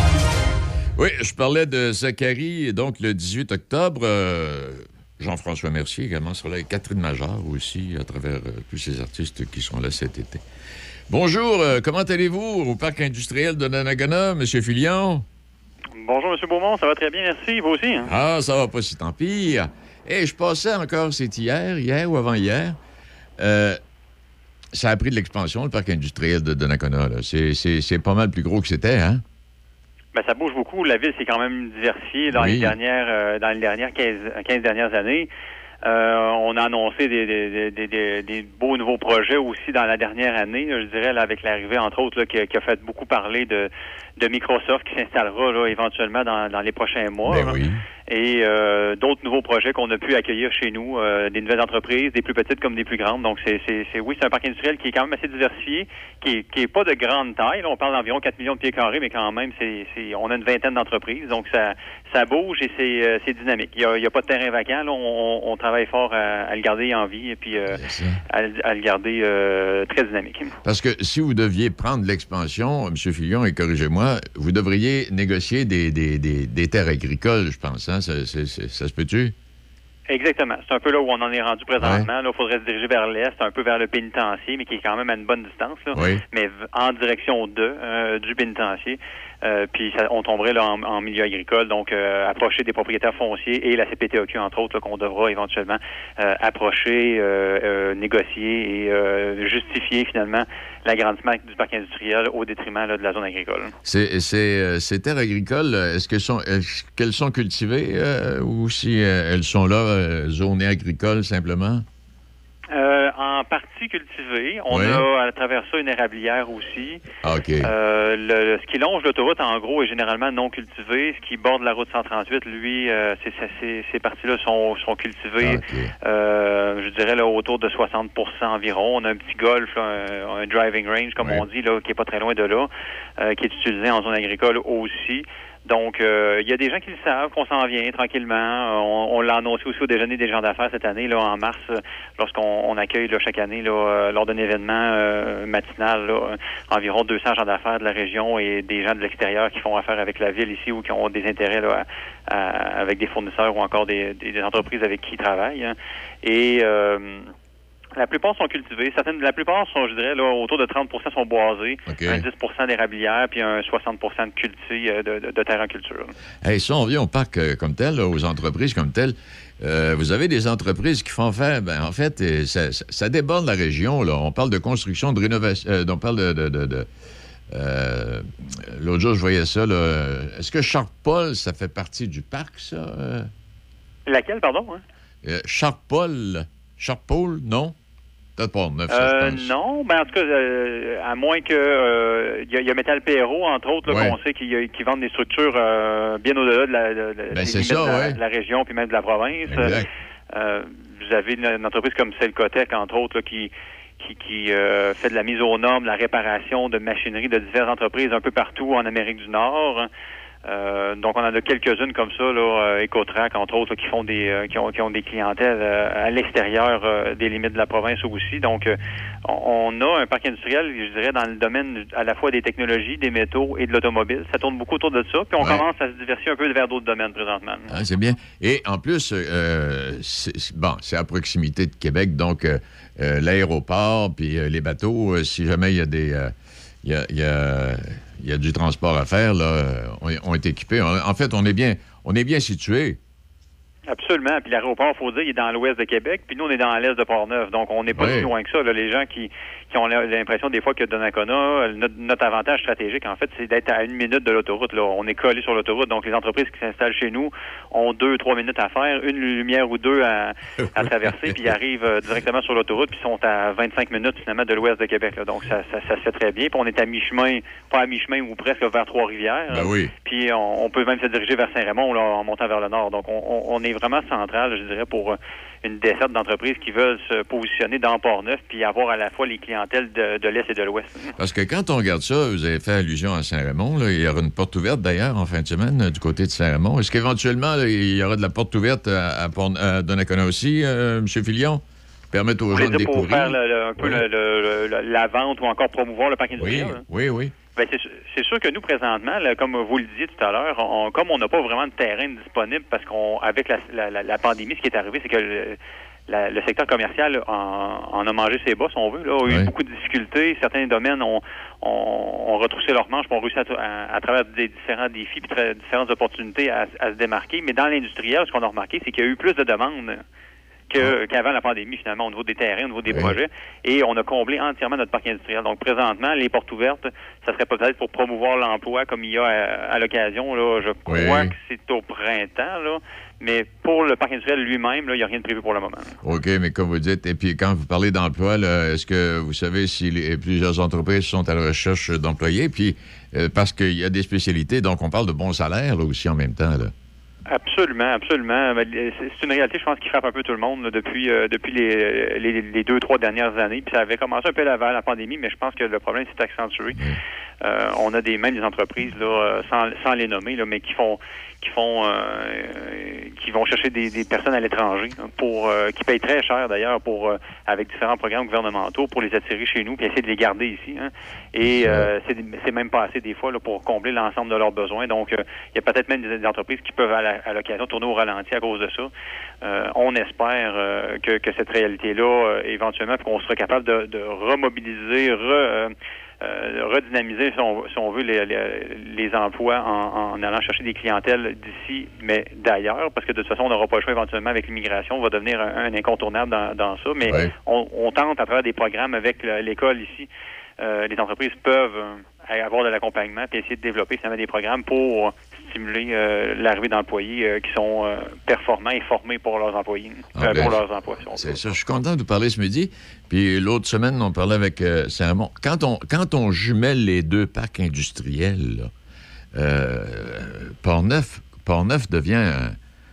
Oui, je parlais de Zachary, donc le dix-huit octobre. Euh, Jean-François Mercier également sera là, et Catherine Major aussi, à travers euh, tous ces artistes qui sont là cet été. Bonjour, euh, comment allez-vous au parc industriel de Donnacona, M. Filion? Bonjour, M. Beaumont, ça va très bien, merci. Vous aussi? Hein? Ah, ça va pas si tant pire. Hey, je passais encore, c'est hier, hier ou avant-hier. Euh, ça a pris de l'expansion, le parc industriel de Donnacona. C'est, c'est, c'est pas mal plus gros que c'était, hein? Ben, ça bouge beaucoup. La ville s'est quand même diversifiée dans oui. les dernières euh, dans les dernières quinze, quinze dernières années. Euh, on a annoncé des, des, des, des, des beaux nouveaux projets aussi dans la dernière année. Là, je dirais là, avec l'arrivée, entre autres, là, qui, qui a fait beaucoup parler de, de Microsoft qui s'installera là, éventuellement dans, dans les prochains mois. Ben oui. Et euh, d'autres nouveaux projets qu'on a pu accueillir chez nous, euh, des nouvelles entreprises, des plus petites comme des plus grandes. Donc, c'est, c'est, c'est oui, c'est un parc industriel qui est quand même assez diversifié, qui est, qui est pas de grande taille. Là, on parle d'environ quatre millions de pieds carrés, mais quand même, c'est, c'est, on a une vingtaine d'entreprises. Donc, ça, ça bouge et c'est, euh, c'est dynamique. Il y a, il y a pas de terrain vacant. Là, on, on travaille fort à, à le garder en vie et puis euh, à, à le garder euh, très dynamique. Parce que si vous deviez prendre l'expansion, M. Filion, et corrigez-moi, vous devriez négocier des, des, des, des terres agricoles, je pense, hein? Ça, c'est, c'est, ça se peut-tu? Exactement. C'est un peu là où on en est rendu présentement. Il faudrait se diriger vers l'est, un peu vers le pénitencier, mais qui est quand même à une bonne distance, là. Oui. Mais en direction de euh, du pénitencier. Euh, puis ça, on tomberait là en, en milieu agricole, donc euh, approcher des propriétaires fonciers et la C P T A Q, entre autres, là, qu'on devra éventuellement euh, approcher, euh, euh, négocier et euh, justifier finalement l'agrandissement du parc industriel au détriment là, de la zone agricole. C'est, c'est, euh, ces terres agricoles, est-ce qu'elles sont, est-ce qu'elles sont cultivées euh, ou si euh, elles sont là, euh, zonées agricoles simplement? Euh, en partie cultivée. On oui. a à travers ça une érablière aussi. Ah, OK. Euh, le, ce qui longe l'autoroute, en gros, est généralement non cultivé. Ce qui borde la route cent trente-huit, lui, euh, c'est, c'est, ces parties-là sont, sont cultivées, ah, okay. euh, je dirais, là, autour de soixante pour cent environ. On a un petit golf, là, un, un driving range, comme oui. on dit, là, qui est pas très loin de là, euh, qui est utilisé en zone agricole aussi. Donc, il euh, y a des gens qui le savent, qu'on s'en vient tranquillement. On, on l'a annoncé aussi au déjeuner des gens d'affaires cette année, là, en mars, lorsqu'on on accueille là, chaque année, là, lors d'un événement euh, matinal, là, environ deux cents gens d'affaires de la région et des gens de l'extérieur qui font affaire avec la ville ici ou qui ont des intérêts là, à, à, avec des fournisseurs ou encore des, des, des entreprises avec qui ils travaillent. Hein. Et... Euh, la plupart sont cultivés. Certaines, la plupart sont, je dirais, là, autour de trente pour cent sont boisés, okay. Un dix pour cent d'érablières, puis un soixante pour cent de cultivés de, de, de terre en culture. Hey, si on vient au parc euh, comme tel, là, aux entreprises comme telles, euh, vous avez des entreprises qui font faire, ben, en fait, ça, ça, ça déborde la région. Là. On parle de construction, de rénovation, euh, on parle de... de, de, de euh, l'autre jour, je voyais ça. Là. Est-ce que Charles-Paul, ça fait partie du parc, ça? Euh? Laquelle, pardon? Hein? Euh, Charles-Paul, Charles-Paul, non? Peut-être pas neuf, euh, non, ben en tout cas, euh, à moins que euh, y, y a Métal Perrault, entre autres, là, ouais. qu'on sait qu'ils qu vendent des structures euh, bien au-delà de la, de, ben, des limites ça, de, la, ouais. de la région puis même de la province. Euh, vous avez une, une entreprise comme Celcotec, entre autres, là, qui qui, qui euh, fait de la mise aux normes, de la réparation de machinerie de diverses entreprises un peu partout en Amérique du Nord. Euh, donc on en a quelques-unes comme ça, là, euh, Ecotrac, entre autres, là, qui font des euh, qui ont qui ont des clientèles euh, à l'extérieur euh, des limites de la province aussi. Donc euh, on, on a un parc industriel, je dirais, dans le domaine à la fois des technologies, des métaux et de l'automobile. Ça tourne beaucoup autour de ça, puis on ouais. commence à se diversifier un peu vers d'autres domaines présentement. Ah, c'est bien. Et en plus, euh, c'est, bon, c'est à proximité de Québec, donc euh, euh, l'aéroport, puis euh, les bateaux, euh, si jamais il y a des euh, il y a, y a Il y a du transport à faire, là. On, on est équipés. En fait, on est bien, on est bien situés. Absolument. Puis l'aéroport, il faut dire, il est dans l'ouest de Québec, puis nous, on est dans l'est de Port-Neuf. Donc, on n'est pas oui. si loin que ça. Là. Les gens qui, qui ont l'impression des fois que Donnacona, notre, notre avantage stratégique, en fait, c'est d'être à une minute de l'autoroute. Là. On est collé sur l'autoroute. Donc, les entreprises qui s'installent chez nous ont deux, trois minutes à faire, une lumière ou deux à, à traverser, puis ils arrivent directement sur l'autoroute, puis sont à vingt-cinq minutes, finalement, de l'ouest de Québec. Là. Donc, ça, ça, ça se fait très bien. Puis on est à mi-chemin, pas à mi-chemin ou presque vers Trois-Rivières. Ben oui. Puis on, on peut même se diriger vers Saint-Raymond, là, en montant vers le nord. Donc, on, on est vraiment central, je dirais, pour une desserte d'entreprises qui veulent se positionner dans Port-Neuf puis avoir à la fois les clientèles de, de l'Est et de l'Ouest. Parce que quand on regarde ça, vous avez fait allusion à Saint-Raymond, là, il y aura une porte ouverte d'ailleurs en fin de semaine du côté de Saint-Raymond. Est-ce qu'éventuellement, là, il y aura de la porte ouverte à, à, Port- à Donnacona aussi, euh, M. Filion? Permettre aux gens de découvrir. Pour faire le, le, un peu oui. le, le, le, la vente ou encore promouvoir le parc industriel. Oui, hein? oui, oui. Ben, c'est, c'est sûr que nous, présentement, là, comme vous le disiez tout à l'heure, on, comme on n'a pas vraiment de terrain disponible parce qu'on, avec la, la, la, la pandémie, ce qui est arrivé, c'est que le, la, le secteur commercial en, en a mangé ses bas, si on veut. Là, a eu oui. beaucoup de difficultés. Certains domaines ont, ont, ont retroussé leurs manches, ont réussi à, à, à travers des différents défis et différentes opportunités à, à se démarquer. Mais dans l'industriel, ce qu'on a remarqué, c'est qu'il y a eu plus de demandes Que, qu'avant la pandémie, finalement, au niveau des terrains, au niveau des oui. projets. Et on a comblé entièrement notre parc industriel. Donc, présentement, les portes ouvertes, ça serait peut-être pour promouvoir l'emploi, comme il y a à, à l'occasion. Là, je crois oui. que c'est au printemps, là. Mais pour le parc industriel lui-même, là, il n'y a rien de prévu pour le moment. Là. OK, mais comme vous dites, et puis quand vous parlez d'emploi, là, est-ce que vous savez si les, plusieurs entreprises sont à la recherche d'employés? Puis, euh, parce qu'il y a des spécialités, donc on parle de bons salaires, là, aussi, en même temps, là. Absolument, absolument. C'est une réalité, je pense, qui frappe un peu tout le monde là, depuis euh, depuis les, les, les deux, trois dernières années. Puis ça avait commencé un peu avant la pandémie, mais je pense que le problème s'est accentué. Euh, on a des même des entreprises là, sans, sans les nommer, là, mais qui font qui font euh, qui vont chercher des, des personnes à l'étranger pour euh, qui payent très cher d'ailleurs pour euh, avec différents programmes gouvernementaux pour les attirer chez nous puis essayer de les garder ici. Hein. Et euh, c'est, c'est même pas assez des fois là, pour combler l'ensemble de leurs besoins. Donc il euh, y a peut-être même des, des entreprises qui peuvent à, la, à l'occasion tourner au ralenti à cause de ça. Euh, on espère euh, que, que cette réalité-là, euh, éventuellement, qu'on sera capable de, de remobiliser, re, euh, Euh, redynamiser, si on, si on veut, les, les, les emplois en, en allant chercher des clientèles d'ici, mais d'ailleurs, parce que de toute façon, on n'aura pas le choix éventuellement avec l'immigration, on va devenir un, un incontournable dans, dans ça, mais ouais. on, on tente à travers des programmes avec l'école ici, euh, les entreprises peuvent euh, avoir de l'accompagnement et essayer de développer finalement des programmes pour stimuler euh, l'arrivée d'employés euh, qui sont euh, performants et formés pour leurs employés, ah, euh, ben, pour leurs emplois. Si c'est ça, je suis content de vous parler ce midi. Puis l'autre semaine, on parlait avec euh, Saint-Raymond. Quand on, quand on jumelle les deux parcs industriels, là, euh, Port-Neuf, Port-Neuf devient un,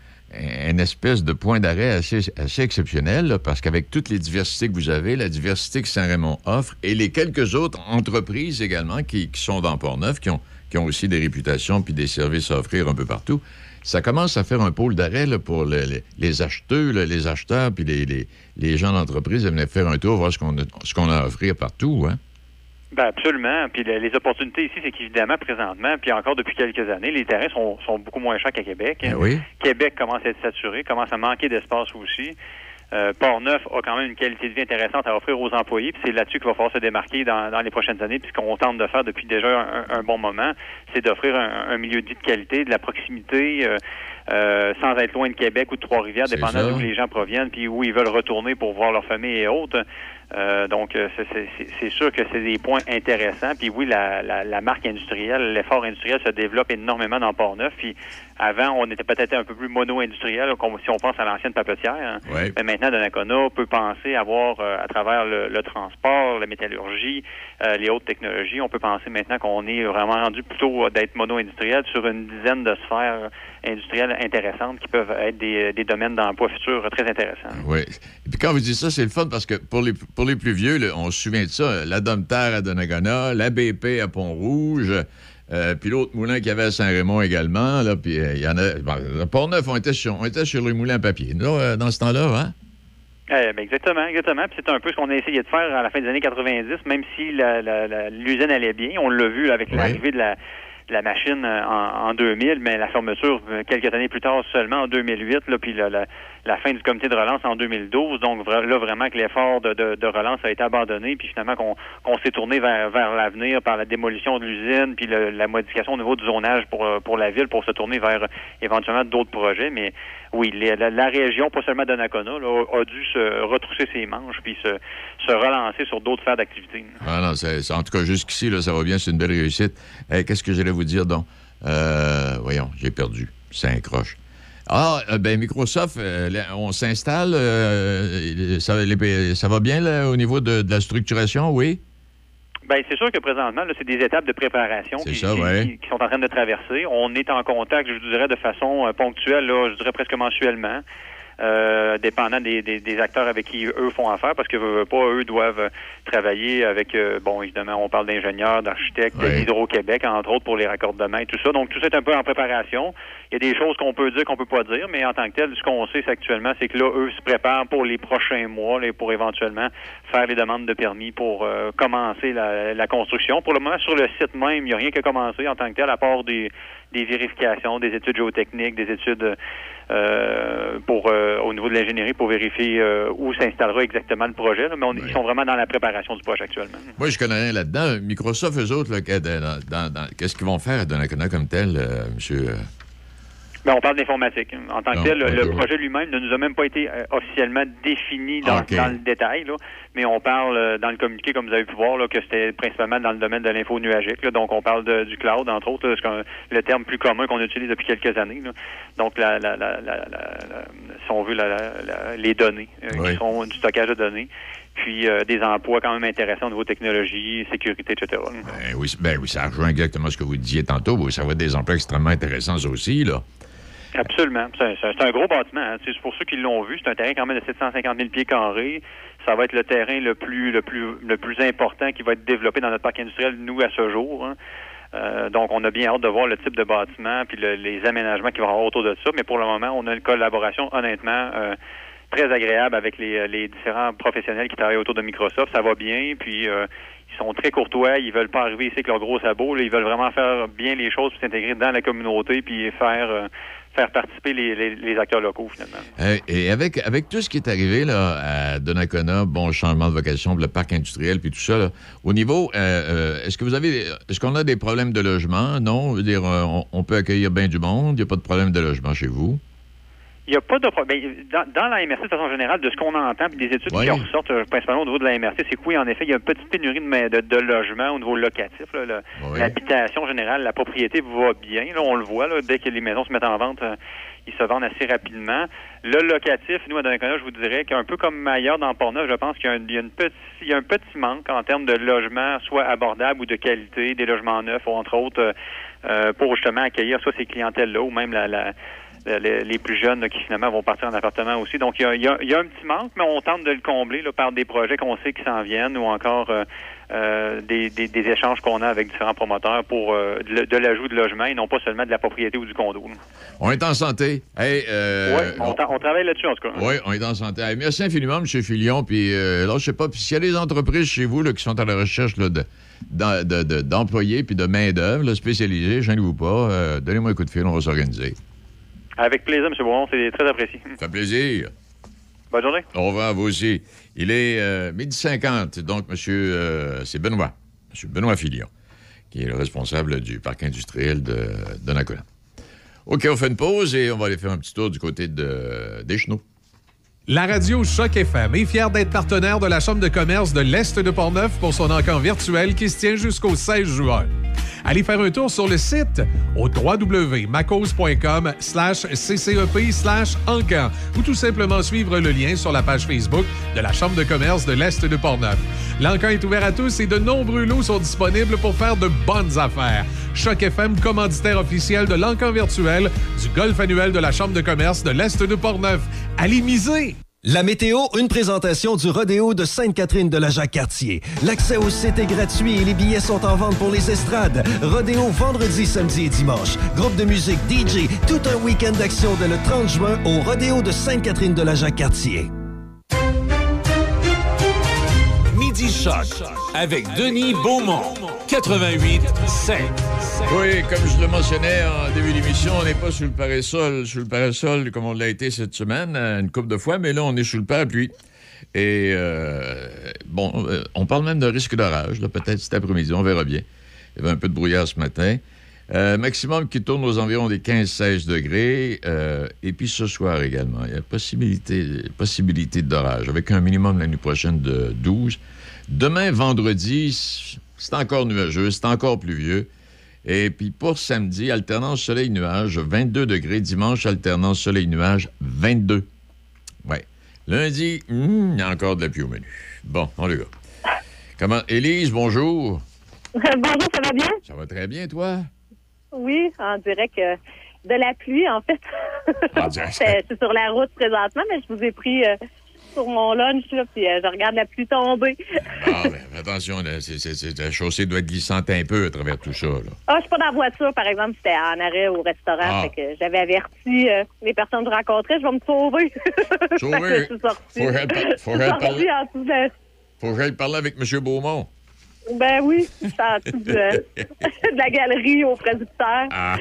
un espèce de point d'arrêt assez, assez exceptionnel, là, parce qu'avec toutes les diversités que vous avez, la diversité que Saint-Raymond offre, et les quelques autres entreprises également qui, qui sont dans Port-Neuf, qui ont, qui ont aussi des réputations puis des services à offrir un peu partout. Ça commence à faire un pôle d'arrêt là, pour le, les, les acheteurs, là, les acheteurs puis les, les, les gens d'entreprise à venir faire un tour, voir ce qu'on a, ce qu'on a à offrir partout, hein? Ben absolument. Puis les, les opportunités ici, c'est qu'évidemment, présentement, puis encore depuis quelques années, les terrains sont, sont beaucoup moins chers qu'à Québec. Ben oui. Québec commence à être saturé, commence à manquer d'espace aussi. Euh, Port-Neuf a quand même une qualité de vie intéressante à offrir aux employés, puis c'est là-dessus qu'il va falloir se démarquer dans, dans les prochaines années. Puis ce qu'on tente de faire depuis déjà un, un bon moment, c'est d'offrir un, un milieu de vie de qualité, de la proximité, euh, euh, sans être loin de Québec ou de Trois-Rivières, C'est dépendant ça. d'où les gens proviennent, puis où ils veulent retourner pour voir leur famille et autres. Euh, donc, c'est, c'est, c'est sûr que c'est des points intéressants. Puis oui, la, la, la marque industrielle, l'effort industriel se développe énormément dans Port-Neuf. Puis avant, on était peut-être un peu plus mono-industriel, comme si on pense à l'ancienne papetière. Hein. Ouais. Mais maintenant, Donnacona peut penser avoir, euh, à travers le, le transport, la métallurgie, euh, les hautes technologies, on peut penser maintenant qu'on est vraiment rendu plutôt d'être mono-industriel sur une dizaine de sphères industrielles intéressantes qui peuvent être des, des domaines d'emploi futurs très intéressants. Oui. Et puis quand vous dites ça, c'est le fun parce que pour les, pour les plus vieux, là, on se souvient de ça, la Domterre à Donnacona, la B P à Pont-Rouge, euh, puis l'autre moulin qu'il y avait à Saint-Raymond également, là, puis il euh, y en a... Bon, Port-Neuf, on était sur, on était sur les moulins à papier, là, euh, dans ce temps-là, hein? Eh ben exactement, exactement. Puis c'est un peu ce qu'on a essayé de faire à la fin des années quatre-vingt-dix, même si la, la, la, l'usine allait bien. On l'a vu là, avec oui. l'arrivée de la, de la machine en, en deux mille, mais la fermeture quelques années plus tard seulement en deux mille huit, là, puis la, la, la fin du comité de relance en deux mille douze. Donc là, vraiment que l'effort de, de, de relance a été abandonné, puis finalement qu'on, qu'on s'est tourné vers, vers l'avenir par la démolition de l'usine, puis le, la modification au niveau du zonage pour, pour la ville, pour se tourner vers éventuellement d'autres projets. Mais oui, les, la, la région, pas seulement Donnacona, là, a, a dû se retrousser ses manches, puis se, se relancer sur d'autres sphères d'activité. Ah non, c'est, c'est, en tout cas, jusqu'ici, là, ça va bien, c'est une belle réussite. Hey, qu'est-ce que j'allais vous dire, donc? Euh, voyons, j'ai perdu. C'est un croche. Ah, euh, ben Microsoft, euh, là, on s'installe, euh, ça, les, ça va bien là, au niveau de, de la structuration, oui? Bien, c'est sûr que présentement, là, c'est des étapes de préparation qui, ça, qui, ouais. qui, qui sont en train de traverser. On est en contact, je dirais, de façon euh, ponctuelle, là, je dirais presque mensuellement. Euh, dépendant des, des, des acteurs avec qui eux font affaire, parce que veut, veut pas, eux doivent travailler avec, euh, bon, évidemment, on parle d'ingénieurs, d'architectes, ouais. d'Hydro-Québec, entre autres, pour les raccordements et tout ça. Donc, tout ça est un peu en préparation. Il y a des choses qu'on peut dire, qu'on peut pas dire, mais en tant que tel, ce qu'on sait c'est actuellement, c'est que là, eux se préparent pour les prochains mois, là, pour éventuellement faire les demandes de permis pour euh, commencer la, la construction. Pour le moment, sur le site même, il n'y a rien qui a commencé en tant que tel, à part des, des vérifications, des études géotechniques, des études euh, pour euh, au niveau de l'ingénierie pour vérifier euh, où s'installera exactement le projet. Là, mais on, ouais. ils sont vraiment dans la préparation du projet actuellement. Moi, je connais rien là-dedans. Microsoft, eux autres, là, dans, dans, dans, qu'est-ce qu'ils vont faire à Donnacona comme tel, euh, monsieur? Ben, on parle d'informatique. En tant que non, tel, le, okay. le projet lui-même ne nous a même pas été euh, officiellement défini dans, okay. dans le détail, là, mais on parle euh, dans le communiqué, comme vous avez pu voir, là, que c'était principalement dans le domaine de l'info nuagique. Là, donc, on parle de, du cloud, entre autres, là, c'est le terme plus commun qu'on utilise depuis quelques années. Là. Donc, la, la, la, la, la, la, si on veut, la, la, la, les données, euh, oui. qui sont du stockage de données. Puis euh, des emplois quand même intéressants au niveau technologie, sécurité, et cetera. Ben oui, ben oui, ça rejoint exactement ce que vous disiez tantôt. Ça va être des emplois extrêmement intéressants aussi, là. Absolument. C'est, c'est un gros bâtiment. Hein. C'est pour ceux qui l'ont vu, c'est un terrain quand même de sept cent cinquante mille pieds carrés. Ça va être le terrain le plus le plus le plus important qui va être développé dans notre parc industriel, nous, à ce jour. Hein. Euh, donc, on a bien hâte de voir le type de bâtiment puis le, les aménagements qu'il va y avoir autour de ça. Mais pour le moment, on a une collaboration, honnêtement, euh, très agréable avec les, les différents professionnels qui travaillent autour de Microsoft. Ça va bien, puis euh, ils sont très courtois. Ils veulent pas arriver ici avec leurs gros sabots. Là. Ils veulent vraiment faire bien les choses, puis s'intégrer dans la communauté, puis faire... Euh, faire participer les, les, les acteurs locaux, finalement. Euh, et avec, avec tout ce qui est arrivé là, à Donnacona, bon, changement de vocation, le parc industriel, puis tout ça, là, au niveau, euh, euh, est-ce que vous avez, est-ce qu'on a des problèmes de logement? Non? Je veux dire, on, on peut accueillir bien du monde, il n'y a pas de problème de logement chez vous? Il n'y a pas de problème. Dans, dans la M R C, de façon générale, de ce qu'on entend, puis des études oui. qui ressortent euh, principalement au niveau de la M R C, c'est que oui, en effet, il y a une petite pénurie de, de, de logements au niveau locatif. Là, le, oui. L'habitation générale, la propriété va bien. Là, on le voit, là, dès que les maisons se mettent en vente, euh, ils se vendent assez rapidement. Le locatif, nous, à Donnacona, je vous dirais qu'un peu comme ailleurs dans Port-Neuf, je pense qu'il y a un, il y a une petit, il y a un petit manque en termes de logements, soit abordables ou de qualité, des logements neufs, ou entre autres, euh, pour justement accueillir soit ces clientèles-là, ou même la... la les, les plus jeunes là, qui finalement vont partir en appartement aussi. Donc, il y a, il y a, il y a un petit manque, mais on tente de le combler là, par des projets qu'on sait qui s'en viennent ou encore euh, euh, des, des, des échanges qu'on a avec différents promoteurs pour euh, de, de l'ajout de logement et non pas seulement de la propriété ou du condo. Là. On est en santé. Hey, euh, oui, on, on, on travaille là-dessus en tout cas. Oui, on est en santé. Hey, merci infiniment, M. Filion. Puis, euh, là, je sais pas, puis s'il y a des entreprises chez vous là, qui sont à la recherche là, de, de, de, d'employés puis de main-d'œuvre spécialisée, gênez-vous pas. Euh, donnez-moi un coup de fil, on va s'organiser. Avec plaisir, M. Beaumont, c'est très apprécié. Ça fait plaisir. Bonne journée. Au revoir, vous aussi. Il est euh, midi cinquante, donc monsieur, euh, c'est Benoît, M. Benoît Filion, qui est le responsable du parc industriel de Donnacona. OK, on fait une pause et on va aller faire un petit tour du côté de d'Échenaux. La radio Choc F M est fière d'être partenaire de la Chambre de commerce de l'Est de Portneuf pour son encamp virtuel qui se tient jusqu'au seize juin. Allez faire un tour sur le site au w w w point macos point com slash c c e p slash encamp ou tout simplement suivre le lien sur la page Facebook de la Chambre de commerce de l'Est de Portneuf. L'encamp est ouvert à tous et de nombreux lots sont disponibles pour faire de bonnes affaires. Choc F M, commanditaire officiel de l'encamp virtuel du golf annuel de la Chambre de commerce de l'Est de Portneuf. Allez miser! La météo, une présentation du rodéo de Sainte-Catherine de la Jacques-Cartier. L'accès au site est gratuit et les billets sont en vente pour les estrades. Rodéo vendredi, samedi et dimanche. Groupe de musique, D J, tout un week-end d'action dès le trente juin au rodéo de Sainte-Catherine de la Jacques-Cartier. Midi Choc avec Denis Beaumont, quatre-vingt-huit cinq. Oui, comme je le mentionnais en début d'émission, on n'est pas sous le parasol, sous le parasol comme on l'a été cette semaine, une couple de fois, mais là, on est sous le parapluie. Et, euh, bon, on parle même d'un risque d'orage, là, peut-être cet après-midi, on verra bien. Il y avait un peu de brouillard ce matin. Euh, maximum qui tourne aux environs des quinze seize degrés. Euh, et puis ce soir également, il y a possibilité, possibilité d'orage, avec un minimum la nuit prochaine de douze. Demain, vendredi, c'est encore nuageux, c'est encore pluvieux. Et puis pour samedi, alternance soleil-nuage, vingt-deux degrés. Dimanche, alternance soleil-nuage, vingt-deux. Ouais. Lundi, hmm, il y a encore de la pluie au menu. Bon, on le gars. Comment? Élise, bonjour. Bonjour, ça va bien? Ça va très bien, toi? Oui, on dirait que de la pluie, en fait. Ah, c'est, c'est sur la route présentement, mais je vous ai pris euh, sur mon lunch, là, puis euh, je regarde la pluie tomber. Ah, mais attention, là, c'est, c'est, c'est, la chaussée doit être glissante un peu à travers tout ça, là. Ah, je suis pas dans la voiture, par exemple, c'était en arrêt au restaurant, Ah. fait que j'avais averti euh, les personnes que je rencontrais, je vais me sauver. Sauver? Fait que je suis sortie. Faut qu'elle par- faut Je qu'elle suis sortie parle- en dessous de... Faut que j'aille parler avec M. Beaumont. Ben oui, je suis en dessous de, de la galerie au producteur. Ah.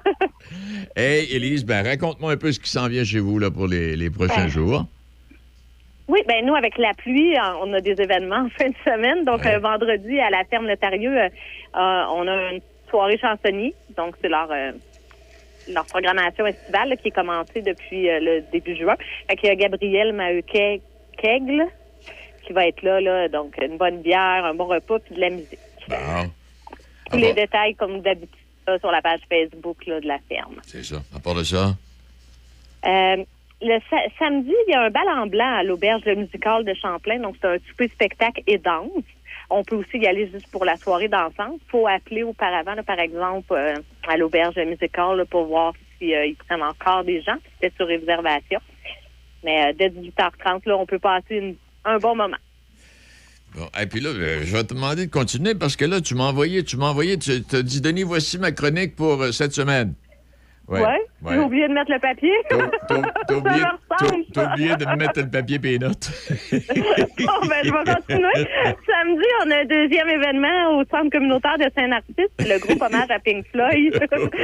Hey, Élise, ben, raconte-moi un peu ce qui s'en vient chez vous là, pour les, les prochains Ben. jours. Oui, ben nous, avec la pluie, on a des événements en fin de semaine. Donc, Ouais. euh, vendredi, à la ferme Le Tarieux, euh, euh, on a une soirée chansonnier. Donc, c'est leur, euh, leur programmation estivale là, qui est commencée depuis euh, le début juin. Fait qu'il y a Gabriel Maheu-Kegle qui va être là, là. Donc, une bonne bière, un bon repas, puis de la musique. Bon. Tous les détails, comme d'habitude, là, sur la page Facebook là, de la ferme. C'est ça. À part de ça, Euh, le sa- samedi, il y a un bal en blanc à l'auberge de musical de Champlain. Donc, c'est un souper spectacle et danse. On peut aussi y aller juste pour la soirée dansante. Il faut appeler auparavant, là, par exemple, euh, à l'auberge de musical là, pour voir s'ils si, euh, prennent encore des gens. C'était sur réservation. Mais euh, dès dix-huit heures trente, là, on peut passer une- un bon moment. bon. Et puis là, euh, je vais te demander de continuer parce que là, tu m'as envoyé, tu m'as envoyé, tu t'as dit, Denis, voici ma chronique pour euh, cette semaine. Ouais. J'ai oublié de mettre le papier. T'as, t'as- t'as oublié, Ça me t'as- ressemble. t'as oublié de me mettre le papier et les notes. Bon, ben, je vais continuer. Samedi, on a un deuxième événement au Centre communautaire de Saint-Narcisse. Le groupe hommage à Pink Floyd,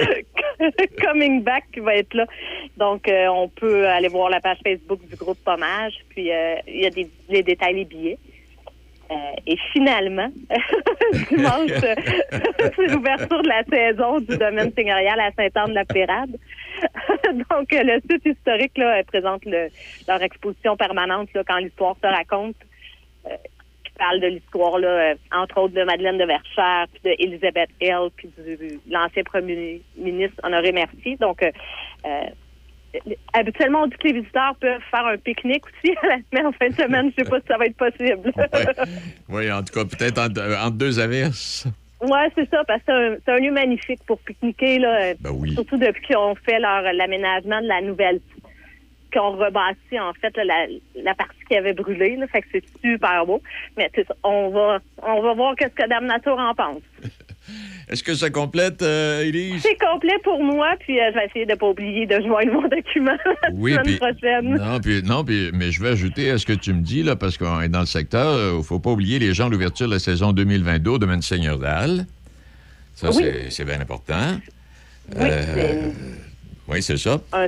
Coming Back, qui va être là. Donc, euh, on peut aller voir la page Facebook du groupe hommage. Puis, euh, il y a des, les détails, les billets. Euh, et finalement, dimanche, euh, c'est l'ouverture de la saison du domaine seigneurial à Sainte-Anne-de-la-Pérade. Donc, euh, le site historique là, présente le, leur exposition permanente là, quand l'histoire se raconte, euh, qui parle de l'histoire, là, euh, entre autres, de Madeleine de Verchères, puis de Elizabeth Hill, puis du, de l'ancien premier ministre Honoré Mercier. Donc, euh, euh, habituellement, on dit que les visiteurs peuvent faire un pique-nique aussi, mais en fin de semaine, je sais pas si ça va être possible. Oui, en tout cas, peut-être entre, entre deux averses. Oui, c'est ça, parce que c'est un, c'est un lieu magnifique pour pique-niquer, là. Ben oui. Surtout depuis qu'ils ont fait leur, l'aménagement de la nouvelle, qu'on rebâtit, en fait, là, la, la partie qui avait brûlé, là. Fait que c'est super beau. Mais c'est ça, on va, on va voir qu'est-ce que Dame Nature en pense. Est-ce que ça complète, euh, Élise? C'est complet pour moi, puis euh, je vais essayer de ne pas oublier de joindre mon document la Oui, semaine puis, prochaine. non, puis, non puis, mais je vais ajouter à ce que tu me dis, là, parce qu'on est dans le secteur, il ne faut pas oublier les gens de l'ouverture de la saison deux mille vingt-deux au domaine Seigneur d'Al. Ça, Oui. c'est, c'est bien important. Oui, Euh, c'est oui, c'est ça. un,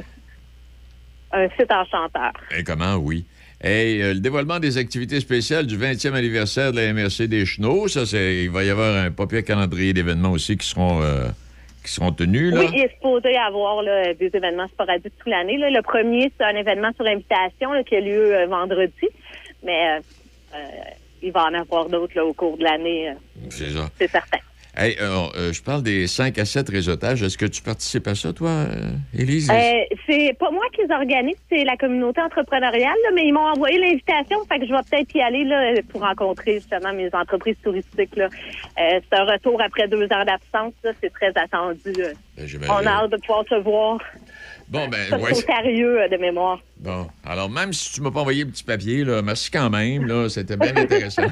un site enchanteur. Et comment, oui. Hey, euh, le dévoilement des activités spéciales du vingtième anniversaire de la M R C des Chenaux, ça, c'est, il va y avoir un papier calendrier d'événements aussi qui seront, euh, qui seront tenus, là. Oui, il est supposé avoir là, des événements sporadiques toute l'année. Là. Le premier, c'est un événement sur invitation là, qui a lieu euh, vendredi, mais euh, euh, il va en avoir d'autres là, au cours de l'année. Euh, C'est ça. c'est certain. Hey, euh, euh, je parle des cinq à sept réseautages. Est-ce que tu participes à ça, toi, euh, Élise? Euh, c'est pas moi qui les organise, c'est la communauté entrepreneuriale, là, mais ils m'ont envoyé l'invitation, fait que je vais peut-être y aller là, pour rencontrer justement mes entreprises touristiques. Là. Euh, c'est un retour après deux ans d'absence, là, c'est très attendu. Euh. Ben, On a hâte de pouvoir se voir. Bon, ben, Ça, ouais. c'est au sérieux euh, de mémoire. Bon, alors même si tu m'as pas envoyé le petit papier, là, merci quand même, là, c'était bien intéressant.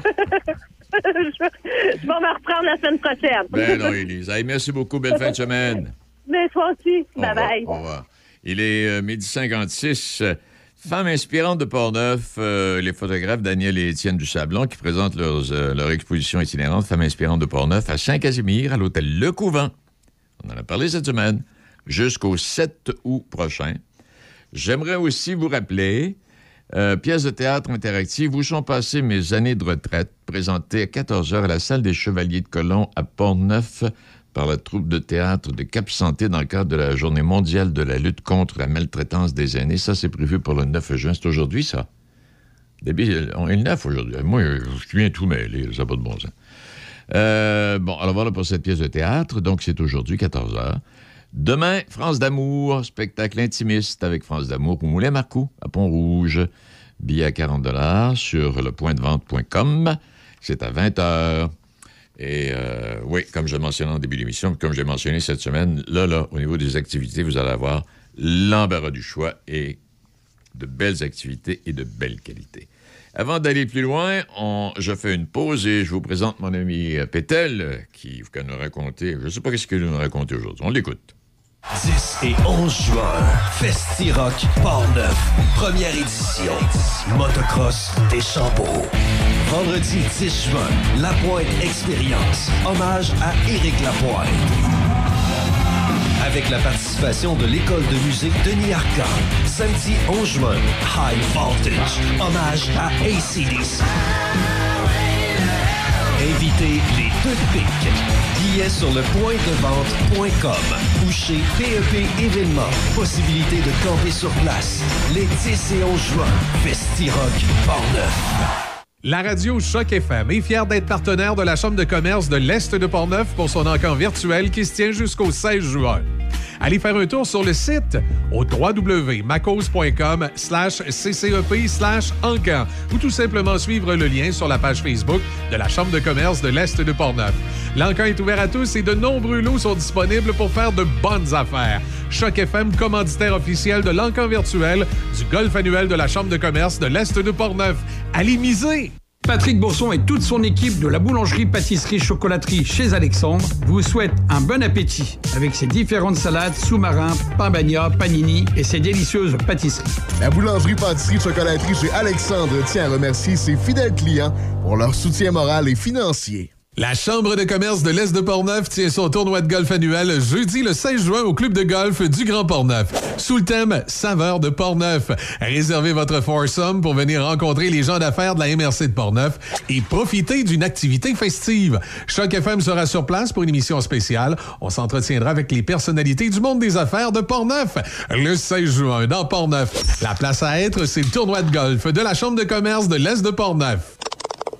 je, je vais me reprendre la semaine prochaine. Ben non, Élise. Hey, merci beaucoup, belle fin de semaine. Mais toi aussi. Au Bye revoir, bye. Au revoir. Il est euh, midi cinquante-six. Femme inspirante de Portneuf, euh, les photographes Daniel et Étienne Dusablon qui présentent leurs, euh, leur exposition itinérante Femme inspirante de Portneuf à Saint-Casimir, à l'hôtel Le Couvent. On en a parlé cette semaine, jusqu'au sept août prochain. J'aimerais aussi vous rappeler, euh, pièce de théâtre interactive, où sont passées mes années de retraite, présentée à quatorze heures à la salle des Chevaliers de Colomb à Portneuf par la troupe de théâtre de Cap-Santé dans le cadre de la Journée mondiale de la lutte contre la maltraitance des aînés. Ça, c'est prévu pour le neuf juin. C'est aujourd'hui, ça? Début, on est le neuf aujourd'hui. Moi, je suis bien tout mêlé. Ça n'a pas de bon sens. Euh, bon, alors voilà pour cette pièce de théâtre. Donc, c'est aujourd'hui, quatorze heures. Demain, France d'amour, spectacle intimiste avec France d'amour au Moulin-Marcoux, à Pont-Rouge. Billet à quarante dollars sur le point de vente point com. C'est à vingt heures. Et euh, oui, comme je mentionnais en début d'émission, comme j'ai mentionné cette semaine, là, là, au niveau des activités, vous allez avoir l'embarras du choix et de belles activités et de belle qualité. Avant d'aller plus loin, on, je fais une pause et je vous présente mon ami Pétel qui va nous raconter, je ne sais pas ce qu'il va nous raconter aujourd'hui. On l'écoute. dix et onze juin, Festi-Rock Portneuf, première édition, motocross des Champeaux. Vendredi dix juin, Lapointe Expérience, hommage à Éric Lapointe. Avec la participation de l'école de musique Denis Arcand. Samedi onze juin, High Voltage, hommage à A C D C. Invitez les deux pics. Billets sur le point de vente point com ou chez P E P Événements. Possibilité de camper sur place. Les dix et onze juin, Festi-Rock Portneuf. La radio Choc F M est fière d'être partenaire de la Chambre de commerce de l'Est de Portneuf pour son encamp virtuel qui se tient jusqu'au seize juin. Allez faire un tour sur le site au w w w point macos point com slash c c e p slash encamp ou tout simplement suivre le lien sur la page Facebook de la Chambre de commerce de l'Est de Portneuf. L'encamp est ouvert à tous et de nombreux lots sont disponibles pour faire de bonnes affaires. Choc F M, commanditaire officiel de l'encamp virtuel du golf annuel de la Chambre de commerce de l'Est de Portneuf. Allez miser! Patrick Bourson et toute son équipe de la boulangerie-pâtisserie-chocolaterie chez Alexandre vous souhaitent un bon appétit avec ses différentes salades, sous-marins, pain bagna, panini et ses délicieuses pâtisseries. La boulangerie-pâtisserie-chocolaterie chez Alexandre tient à remercier ses fidèles clients pour leur soutien moral et financier. La Chambre de commerce de l'Est de Portneuf tient son tournoi de golf annuel jeudi le seize juin au club de golf du Grand Portneuf. Sous le thème « Saveur de Portneuf ». Réservez votre foursome pour venir rencontrer les gens d'affaires de la M R C de Portneuf et profiter d'une activité festive. Choc F M sera sur place pour une émission spéciale. On s'entretiendra avec les personnalités du monde des affaires de Portneuf. Le seize juin, dans Portneuf. La place à être, c'est le tournoi de golf de la Chambre de commerce de l'Est de Portneuf.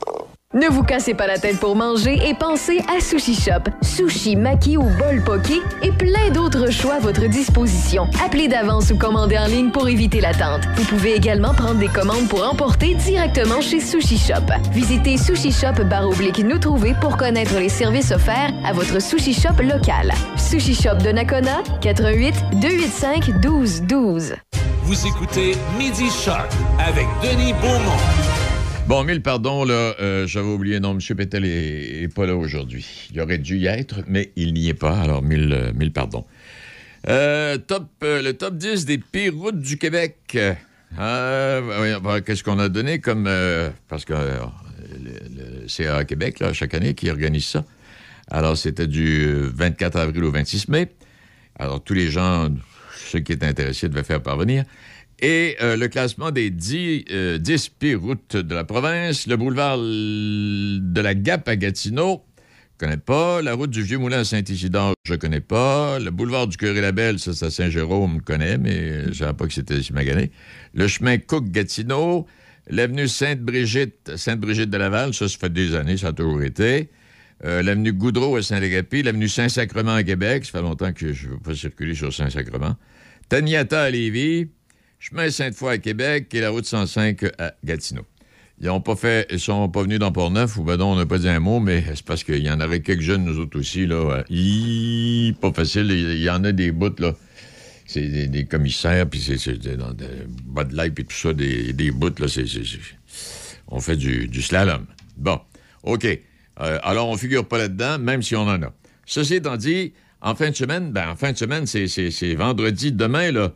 Ne vous cassez pas la tête pour manger et pensez à Sushi Shop. Sushi, maki ou bol poké et plein d'autres choix à votre disposition. Appelez d'avance ou commandez en ligne pour éviter l'attente. Vous pouvez également prendre des commandes pour emporter directement chez Sushi Shop. Visitez Sushi Shop barre oblique nous trouver pour connaître les services offerts à votre Sushi Shop local. Sushi Shop de Nakona, quatre un huit, deux huit cinq, un deux un deux. Vous écoutez Midi Choc avec Denis Beaumont. Bon, mille pardons, là, euh, j'avais oublié, non, M. Pétel est, est pas là aujourd'hui. Il aurait dû y être, mais il n'y est pas, alors mille, euh, mille pardons. Euh, top, euh, le top dix des pires routes du Québec. Euh, oui, qu'est-ce qu'on a donné comme... Euh, parce que euh, le, le C A A Québec, là, chaque année, qui organise ça. Alors, c'était du vingt-quatre avril au vingt-six mai. Alors, tous les gens, ceux qui étaient intéressés, devaient faire parvenir. Et euh, le classement des dix, euh, dix pires routes de la province, le boulevard de la Gap à Gatineau, je connais pas. La route du Vieux-Moulin à Saint-Isidore, je connais pas. Le boulevard du Curé-Labelle, ça, c'est à Saint-Jérôme, je connais, mais je ne savais pas que c'était si magané. Le chemin Cook-Gatineau, l'avenue Sainte-Brigitte, Sainte-Brigitte de Laval, ça, ça fait des années, ça a toujours été. Euh, l'avenue Goudreau à Saint-Légapi, l'avenue Saint-Sacrement à Québec, ça fait longtemps que je ne veux pas circuler sur Saint-Sacrement. Taniata à Lévis, chemin Sainte-Foy à Québec et la route cent cinq à Gatineau. Ils n'ont pas fait, ils sont pas venus dans Port-Neuf, ou ben non, on n'a pas dit un mot, mais c'est parce qu'il y en aurait quelques jeunes, nous autres aussi, là. Hi, pas facile, il y en a des bouts, là. C'est des, des commissaires, puis c'est, c'est dans des Bud Light, puis tout ça, des, des bouts, là, c'est, c'est, c'est... on fait du, du slalom. Bon, OK. Euh, alors, on figure pas là-dedans, même si on en a. Ceci étant dit, en fin de semaine, ben en fin de semaine, c'est, c'est, c'est vendredi, demain, là,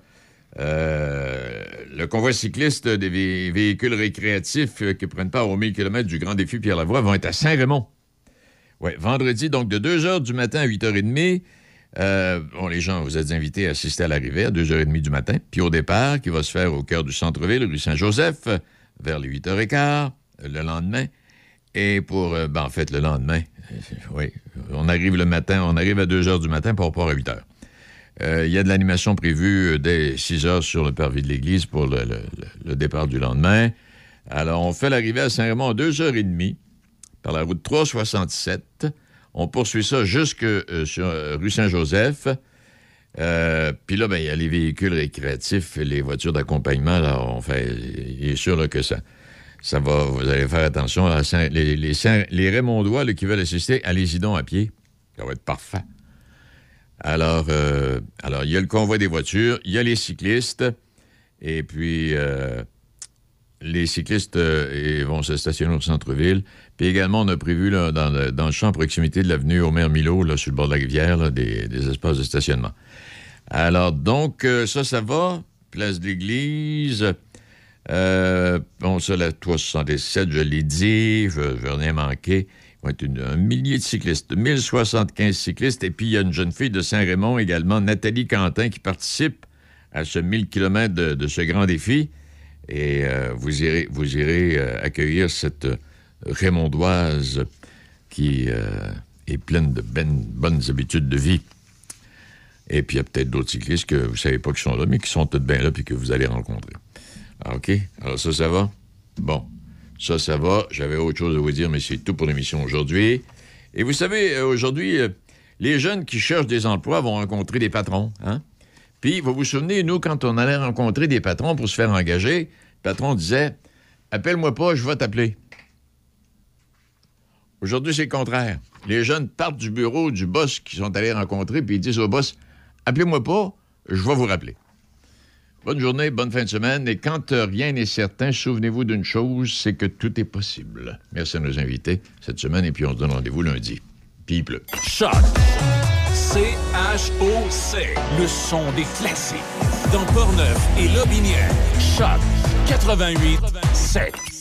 Euh, le convoi cycliste des vé- véhicules récréatifs euh, qui prennent part aux mille kilomètres du Grand Défi Pierre-Lavoie vont être à Saint-Raymond. Oui, vendredi, donc de deux heures du matin à huit heures trente. Euh, bon, les gens, vous êtes invités à assister à l'arrivée à deux heures trente du matin. Puis au départ, qui va se faire au cœur du centre-ville, rue Saint-Joseph, vers les huit heures quinze, le lendemain. Et pour, euh, ben, en fait, le lendemain, oui, on arrive le matin, on arrive à deux heures du matin pour part à huit heures. Il euh, y a de l'animation prévue dès six heures sur le parvis de l'église pour le, le, le départ du lendemain. Alors, on fait l'arrivée à Saint-Raymond à deux heures trente par la route trois cent soixante-sept. On poursuit ça jusque euh, sur euh, rue Saint-Joseph. Euh, Puis là, ben, il y a les véhicules récréatifs, les voitures d'accompagnement. Là, on fait, il est sûr là, que ça, ça va... Vous allez faire attention. À Saint, les, les, Saint, les Raymondois là, qui veulent assister, allez-y donc à pied. Ça va être parfait. Alors, euh, alors, il y a le convoi des voitures, il y a les cyclistes, et puis euh, les cyclistes euh, vont se stationner au centre-ville. Puis également, on a prévu là, dans, le, dans le champ à proximité de l'avenue Omer-Milo, là, sur le bord de la rivière, là, des, des espaces de stationnement. Alors, donc, euh, ça, ça va. Place de l'Église. Euh, bon, ça, la trois cent soixante-dix-sept, je l'ai dit, je ne veux rien manquer. Il va être une, un millier de cyclistes, mille soixante-quinze cyclistes. Et puis, il y a une jeune fille de Saint-Raymond également, Nathalie Quentin, qui participe à ce mille kilomètres de, de ce grand défi. Et euh, vous irez, vous irez euh, accueillir cette Raymondoise qui euh, est pleine de ben, bonnes habitudes de vie. Et puis, il y a peut-être d'autres cyclistes que vous ne savez pas qui sont là, mais qui sont tous bien là puis que vous allez rencontrer. Ah, OK? Alors, ça, ça va? Bon. Ça, ça va. J'avais autre chose à vous dire, mais c'est tout pour l'émission aujourd'hui. Et vous savez, aujourd'hui, euh, les jeunes qui cherchent des emplois vont rencontrer des patrons, hein? Puis, vous vous souvenez, nous, quand on allait rencontrer des patrons pour se faire engager, le patron disait « Appelle-moi pas, je vais t'appeler. » Aujourd'hui, c'est le contraire. Les jeunes partent du bureau du boss qu'ils sont allés rencontrer, puis ils disent au boss « Appelez-moi pas, je vais vous rappeler. » Bonne journée, bonne fin de semaine. Et quand euh, rien n'est certain, souvenez-vous d'une chose, c'est que tout est possible. Merci à nos invités cette semaine, et puis on se donne rendez-vous lundi. Puis il pleut. Choc. C H O C. Le son des classiques. Dans Portneuf et Lotbinière. Choc. quatre-vingt-huit sept.